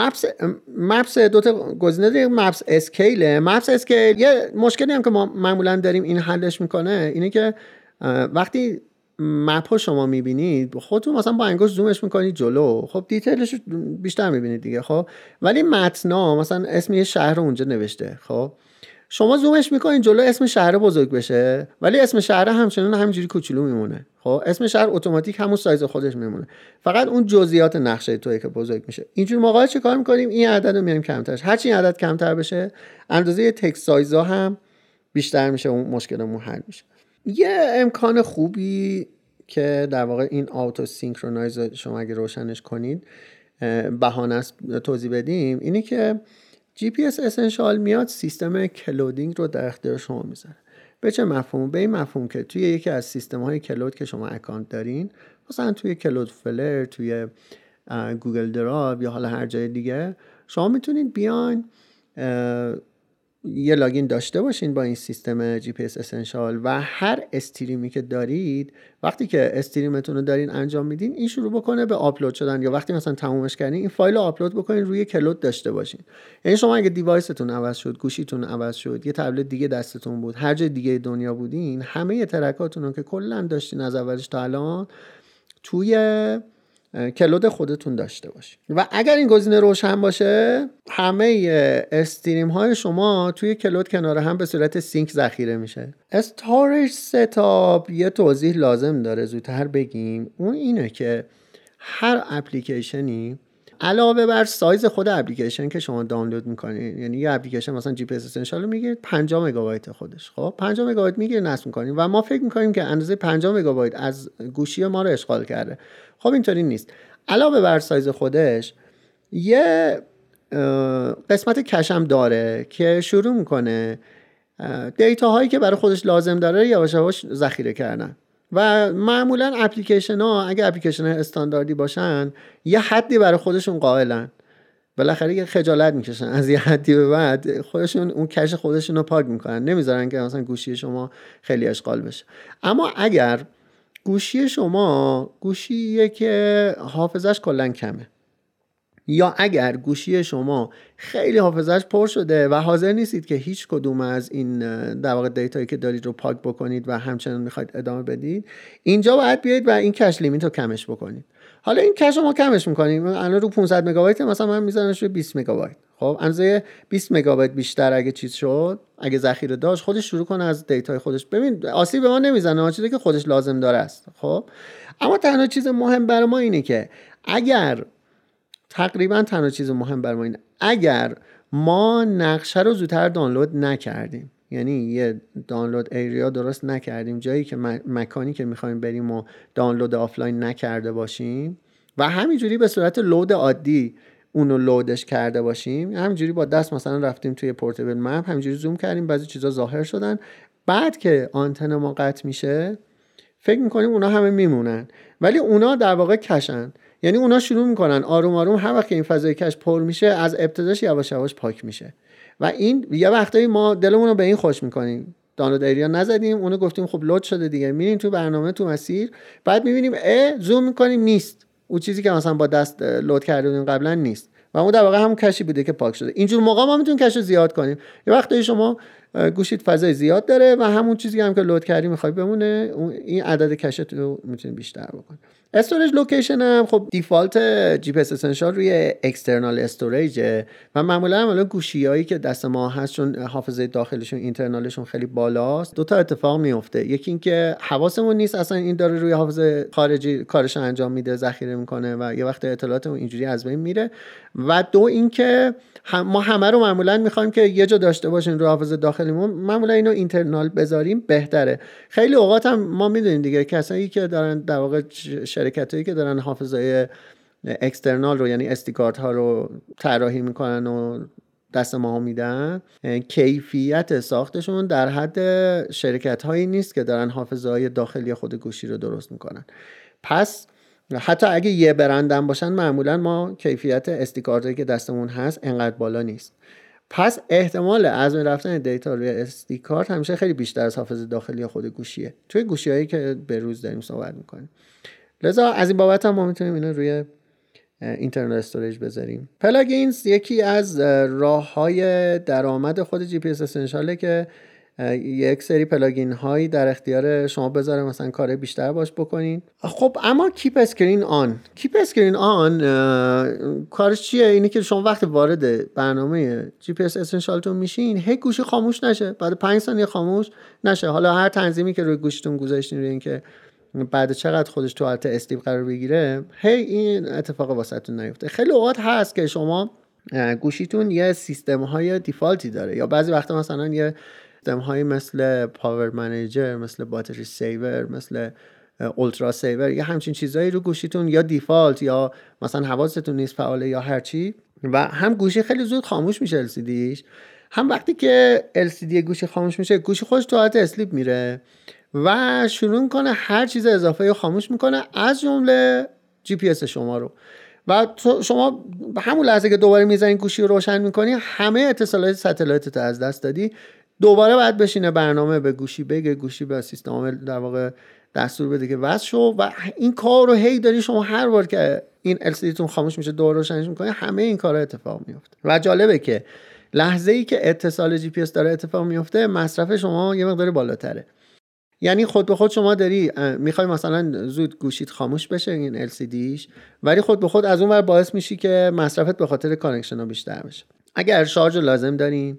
مپس دو تا گزینه دیگه، مپس اسکیل. مپس اسکیل یه مشکلی هم که ما معمولا داریم این حلش میکنه اینه که وقتی مپ رو شما میبینید خودتون مثلا با انگشت زومش میکنید جلو، خب دیتیلش بیشتر میبینید دیگه. خب ولی متنا مثلا اسم یه شهر رو اونجا نوشته، خب شما زومش میکنین جلو اسم شهر بزرگ بشه، ولی اسم شهر همچنان همینجوری کوچولو میمونه. خب اسم شهر اتوماتیک همون سایز خودش میمونه، فقط اون جزئیات نقشه توئه که بزرگ میشه. اینجور موقع چه کار میکنیم؟ این عدد رو میاریم کمترش. هرچی این عدد کمتر بشه اندازه تکست سایزها هم بیشتر میشه، اون مشکلمون حل میشه. یه امکان خوبی که در واقع این آتو سینکرونایز شما اگه روشنش کنید بهانه است توضیح بدیم، اینه که GPS اسنشال میاد سیستم کلودینگ رو در اختیار شما میذاره. به چه مفهوم؟ به این مفهوم که توی یکی از سیستم های کلود که شما اکانت دارین، مثلا توی کلود فلر، توی گوگل درایو یا حالا هر جای دیگه، شما میتونید بیاین یه لاگین داشته باشین با این سیستم GPS اسنشال و هر استریمی که دارید، وقتی که استریمتون رو دارین انجام میدین، این شروع بکنه به آپلود شدن، یا وقتی مثلا تمومش کردین این فایل رو آپلود بکنین روی کلود داشته باشین. یعنی شما اگه دیوایستون عوض شد، گوشیتون عوض شد، یه تبلت دیگه دستتون بود، هر جای دیگه دنیا بودین، همه ترکاتون رو که کلا داشتین از اولش تا الان توی کلود خودتون داشته باشید. و اگر این گزینه روشن باشه، همه استریم های شما توی کلود کنار هم به صورت سینک ذخیره میشه. استوریج ستاپ یه توضیح لازم داره زودتر بگیم، اون اینه که هر اپلیکیشنی علاوه بر سایز خود اپلیکیشن که شما دانلود میکنید، یعنی یه اپلیکیشن مثلا GPS اسنشال رو میگیرید 5 مگابایت خودش، خب 5 مگابایت میگیرید نصب میکنید و ما فکر میکنیم که اندازه 5 مگابایت از گوشی ما رو اشغال کرده. خب اینطوری نیست. علاوه بر سایز خودش یه قسمت کش هم داره که شروع میکنه دیتا هایی که برای خودش لازم داره یواش یواش ذخیره کردن. و معمولا اپلیکیشن ها اگه اپلیکیشن ها استانداردی باشن یه حدی برای خودشون قائلن، بالاخره یه خجالت میکشن از یه حدی به بعد خودشون اون کش خودشون رو پاک میکنن، نمیذارن که مثلا گوشی شما خیلی اشغال بشه. اما اگر گوشی شما گوشیه که حافظش کلا کمه، یا اگر گوشی شما خیلی حافظش پر شده و حاضر نیستید که هیچ کدوم از این در واقع دیتایی که دارید رو پاک بکنید و همچنان میخواید ادامه بدید، اینجا باید بیاید و این کش لیمیت رو کمش بکنید. حالا این کش رو ما کمش میکنیم، الان رو 500 مگابایت مثلا من میذارمش رو 20 مگابایت. خب اندازه 20 مگابایت بیشتر اگه چیز شد، اگه ذخیره داشت، خودش شروع کنه از دیتای خودش. ببین آسیب به ما نمیزنه، چیزی که خودش لازم داره است. خب اما تنها چیز مهم برای ما اینه که اگر ما نقشه رو زودتر دانلود نکردیم، یعنی یه دانلود ایریا درست نکردیم، جایی که مکانی که میخوایم بریم و دانلود آفلاین نکرده باشیم و همینجوری به صورت لود عادی اونو لودش کرده باشیم، همینجوری با دست مثلا رفتیم توی پورتبل مپ، همینجوری زوم کردیم، بعضی چیزا ظاهر شدن، بعد که آنتن ما قطع میشه فکر میکنیم اونا همه میمونن، ولی اونا در واقع کشن. یعنی اونا شروع میکنن آروم آروم، هر وقت که این فضای کش پر میشه از ابتداش یواش یواش پاک میشه. و این یه وقتایی ما دلمون رو به این خوش میکنیم، دانلود ایریا نزدیم، اونو گفتیم خب لود شده دیگه، میریم تو برنامه تو مسیر، بعد میبینیم زوم میکنیم نیست، اون چیزی که مثلا با دست لود کرده بودیم قبلا نیست و اون در واقع همون کشی بوده که پاک شده. اینجور موقع ما میتونیم کش رو زیاد کنیم. یه وقتایی شما گوشیت فضای زیاد داره و همون چیزی هم که لود کردی میخوای بمونه، این عدد کشت رو میتونی بیشتر بکنی. استوریج لوکیشن هم خب دیفالت جی پی اس اسنشال روی اکسترنال استوریجه و معمولا گوشیایی که دست ما هست چون حافظه داخلشون اینترنالشون خیلی بالاست، دو تا اتفاق میفته. یکی این که حواسمون نیست اصلا این داره روی حافظه خارجی کارش انجام میده، ذخیره میکنه و یه وقت اطلاعاتمون اینجوری از بین میره. و دو این که ما همه رو معمولا میخوایم که یه جا داشته باشیم رو حافظه داخلیمون، معمولا اینو اینترنال بذاریم بهتره. خیلی اوقات هم ما میدونیم دیگه کسایی که دارن در واقع شرکتایی که دارن حافظه اکسترنال رو یعنی SD کارت ها رو طراحی میکنن و دست ما میدن، کیفیت ساختشون در حد شرکت هایی نیست که دارن حافظه های داخلی خود گوشی رو درست میکنن. پس حتی اگه یه برندم باشن معمولا ما کیفیت SD کارتایی که دستمون هست انقدر بالا نیست. پس احتمال از بین رفتن دیتا روی SD کارت همیشه خیلی بیشتر از حافظه داخلی خود گوشیه توی گوشیایی که به روز داریم صحبت میکنیم. لذا از این بابت هم ما میتونیم اینو روی اینترنال استوریج بذاریم. پلاگینز یکی از راه‌های درآمد خود GPS اسنشاله که یک سری پلاگین هایی در اختیار شما بذاره مثلا کار بیشتر باش بکنین. خب اما کیپ اسکرین آن کارش چیه؟ اینه که شما وقتی وارد برنامه GPS اسنشالتون میشین هی گوشی خاموش نشه، بعد 5 ثانیه خاموش نشه. حالا هر تنظیمی که روی گوشیتون گذاشتین روی این که بعد چقدر خودش تو حالت استیپ قرار بگیره هی این اتفاق واسهتون نیفته. خیلی اوقات هست که شما گوشیتون یه سیستم های دیفالتی داره، یا بعضی وقتا مثلا یه سیستم های مثل پاور منیجر، مثل باتری سیور، مثل اولترا سیور، یا همچین چیزایی رو گوشیتون یا دیفالت یا مثلا حواستون نیست فعاله یا هر چی، و هم گوشی خیلی زود خاموش میشه LCDش، هم وقتی که LCD گوشی خاموش میشه گوشی خودش تو حالت اسلیپ میره و شروع کنه هر چیز اضافه رو خاموش میکنه، از جمله GPS شما رو. و شما به همون لحظه که دوباره میزنین گوشی رو روشن میکنی همه اتصالات ستلایتت از دست دادی، دوباره باید بشینه برنامه به گوشی بگه، گوشی به سیستم عامل در واقع دستور بده که وصل شو، و این کار رو هی داری شما هر بار که این LCD تون خاموش میشه دوباره روشنش میکنی، همه این کارا اتفاق میفته. و جالبه که لحظه ای که اتصال GPS داره اتفاق میفته مصرف شما یه مقدار بالاتره. یعنی خود به خود شما داری میخوای مثلا زود گوشیت خاموش بشه این LCDش، ولی خود به خود از اون ور باعث میشی که مصرفت به خاطر کانکشن ها بیشتر بشه. اگر شارژ لازم داریم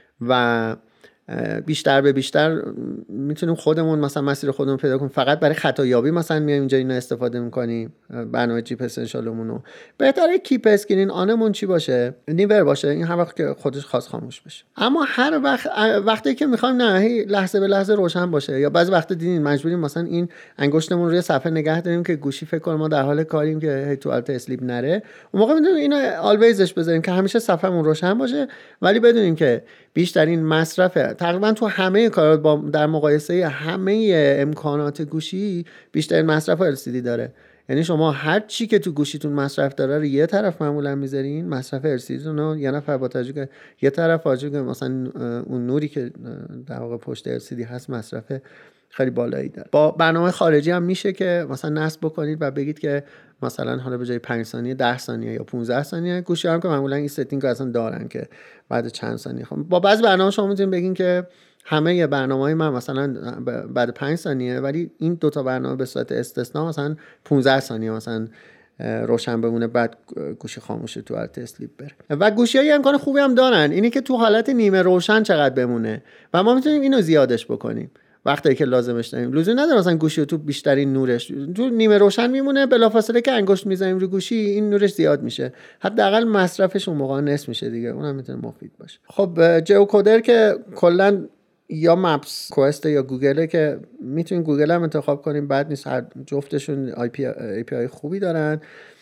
و بیشتر به بیشتر میتونیم خودمون مثلا مسیر خودمون پیدا کنیم، فقط برای خطایابی مثلا میایم اینجا اینو استفاده میکنیم برنامه جیپ اسنشالمون رو، بهتره کیپ اسکرین آنمون چی باشه؟ نیور باشه، این هر وقت که خودش خاص خاموش بشه. اما هر وقتی که میخوایم نه لحظه به لحظه روشن باشه، یا بعضی وقت دیدین مجبوریم مثلا این انگشتمون روی صفحه نگه داریم که گوشی فکر کنه ما در حال کاریم که هی تو حالت اسلیپ نره، اون موقع میتونیم اینو آلویزش بذاریم که همیشه صفحه‌مون روشن باشه، ولی بدونیم که بیشترین مصرف تقریبا تو همه کارات در مقایسه همه امکانات گوشی بیشترین مصرف LCD داره. یعنی شما هر چی که تو گوشیتون مصرف داره رو یه طرف معمولا میذارین، مصرف LCD رو یه نفر با توجه که یه طرف واجبه که مثلا اون نوری که در واقع پشت LCD هست مصرف خیلی بالایی داره. با برنامه خارجی هم میشه که مثلا نصب بکنید و بگید که مثلا حالا به جای 5 ثانیه 10 ثانیه یا 15 ثانیه، گوشی هم که معمولا این ستینگ رو اصلا دارن که بعد چند ثانیه. خب با بعضی برنامه شما میتونید بگین که همه برنامه‌های من مثلا بعد 5 ثانیه، ولی این دوتا برنامه به صورت استثنا مثلا 15 ثانیه مثلا روشن بمونه، بعد گوشی خاموشه تو حالت اسلیپ بره. و گوشی‌ها یه امکان خوبی هم دارن، اینی که تو حالت نیمه روشن چقدر بمونه و ما میتونیم اینو زیادش بکنیم وقتی که لازمش داریم. لزومی نداره مثلا گوشی رو تو بیشترین نورش تو نیمه روشن میمونه، بلافاصله که انگشت میزنیم رو گوشی این نورش زیاد میشه، حداقل مصرفش اون موقع نصف میشه دیگه، اونم میتونه مفید باشه. خب جیوکودر که کلا یا مپس کوست یا گوگله که میتونین گوگل هم انتخاب کنیم، بعد نیست، هر جفتشون API خوبی دارن.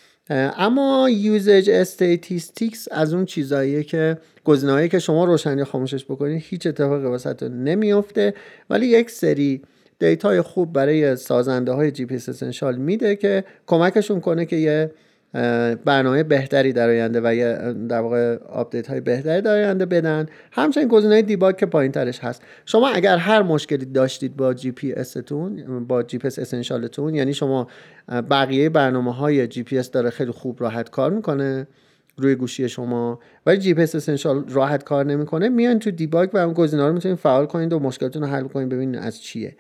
اما یوزج استاتیستیکس از اون چیزاییه که گزینه‌هایی که شما روشن یا خاموشش بکنید هیچ اتفاقی واسهتون نمیفته، ولی یک سری دیتای خوب برای سازنده های GPS اسنشال میده که کمکشون کنه که یه برنامه بهتری در آینده و یه در واقع آپدیت های بهتری در آینده بدن. همچنین گزینه دیباگ که پایین ترش هست. شما اگر هر مشکلی داشتید با GPS تون، با GPS اسنشالتون، یعنی شما بقیه برنامه‌های GPS داره خیلی خوب راحت کار میکنه روی گوشی شما، ولی GPS اسنشال راحت کار نمیکنه، میان تو دیباگ و اون گزینه‌ها رو میتونید فعال کنید و مشکلتون رو حل کنید، ببینید از چیه.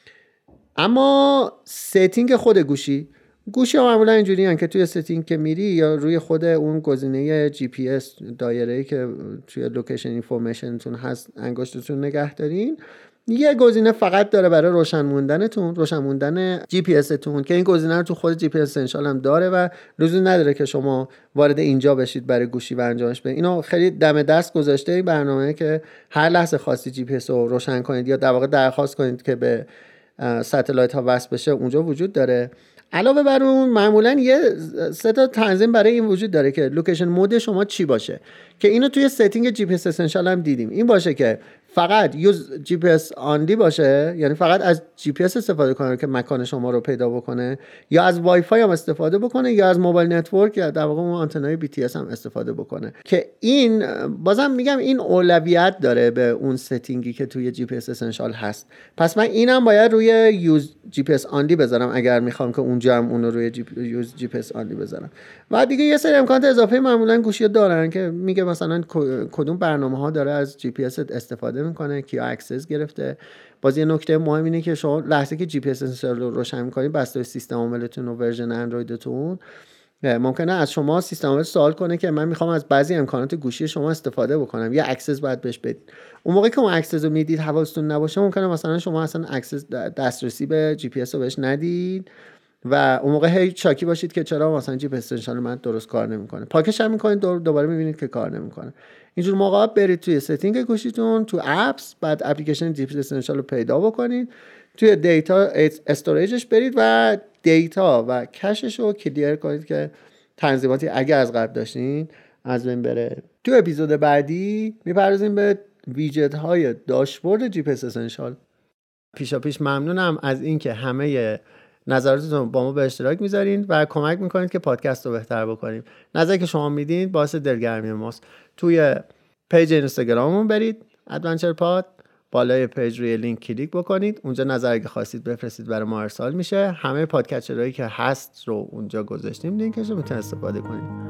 اما ستینگ خود گوشی ها معمولا اینجوری هستن که توی ستینگ که میری یا روی خود اون گزینه GPS دایره‌ای که توی لوکیشن اینفورمیشنتون هست انگشتتون نگه دارین، یه گزینه فقط داره برای روشن موندن GPS تون که این گزینه رو تو خود GPS اسنشال هم داره و لزوم نداره که شما وارد اینجا بشید برای گوشی و انجامش بدید. اینو خیلی دم دست گذاشته این برنامه که هر لحظه خواستی GPS رو روشن کنید یا در واقع درخواست کنید که به ستلایت ها وصل بشه اونجا وجود داره. علاوه بر اون معمولا یه سه تا تنظیم برای این وجود داره که لوکیشن مود شما چی باشه، که اینو توی ستینگ جی پی اس اسنشال هم دیدیم. این باشه که فقط یوز جی پی اس آنلی باشه، یعنی فقط از جی پی اس استفاده کنه که مکان شما رو پیدا بکنه، یا از وای فای هم استفاده بکنه، یا از موبایل نتورک یا در واقع اون آنتنای بی تی اس هم استفاده بکنه. که این بازم میگم این اولویت داره به اون ستینگی که توی جی پی اس اسنشال هست. پس من اینم باید روی یوز جی پی اس آنلی بذارم اگر میخوام که اونجا هم اون رو روی یوز جی پی اس آنلی بذارم. و دیگه یه سری امکانات اضافه معمولا گوشی دارن که میگه مثلا کدوم برنامه‌ها داره از جی پی اس استفاده استفاده میکنه، کیا اکسس گرفته. باز یه نکته مهم اینه که شما لحظه که جی پی اس اسنشال رو روشن میکنید بسته سیستم عاملتون و ورژن اندرویدتون، ممکنه از شما سیستم عامل سوال کنه که من میخوام از بعضی امکانات گوشی شما استفاده بکنم، یه اکسس باید بهش بدید. اون موقع که اون اکسس رو میدید حواستون نباشه، ممکنه مثلا شما اصلا اکسس دسترسی به جی پی اس رو بهش ندید و اون موقع هی شاکی باشید که چرا مثلا جی پی اس اسنشال من درست کار نمیکنه. پاکش هم میکنید دوباره میبینید که کار نمیکنه. اینجور موقع برید توی ستینگ گوشیتون، تو اپس، بعد اپلیکیشن جی پی اس اسنشال رو پیدا بکنید، توی دیتا استوریجش برید و دیتا و کشش رو کلیر کنید که تنظیماتی اگه از قبل داشتین از بین بره. تو اپیزود بعدی میپردازیم به ویجت های داشبورد جی پی اس اسنشال. پیشاپیش ممنونم از اینکه همه نظراتتون با ما به اشتراک میذارین و کمک میکنید که پادکست رو بهتر بکنیم. نظری که شما میدین باعث دلگرمی ماست. توی پیج اینستاگراممون برید ادونچر پاد، بالای پیج روی لینک کلیک بکنید، اونجا نظری که خواستید بفرستید برای ما ارسال میشه. همه پادکسترایی که هست رو اونجا گذاشتیم، لینکش رو میتونید استفاده کنید.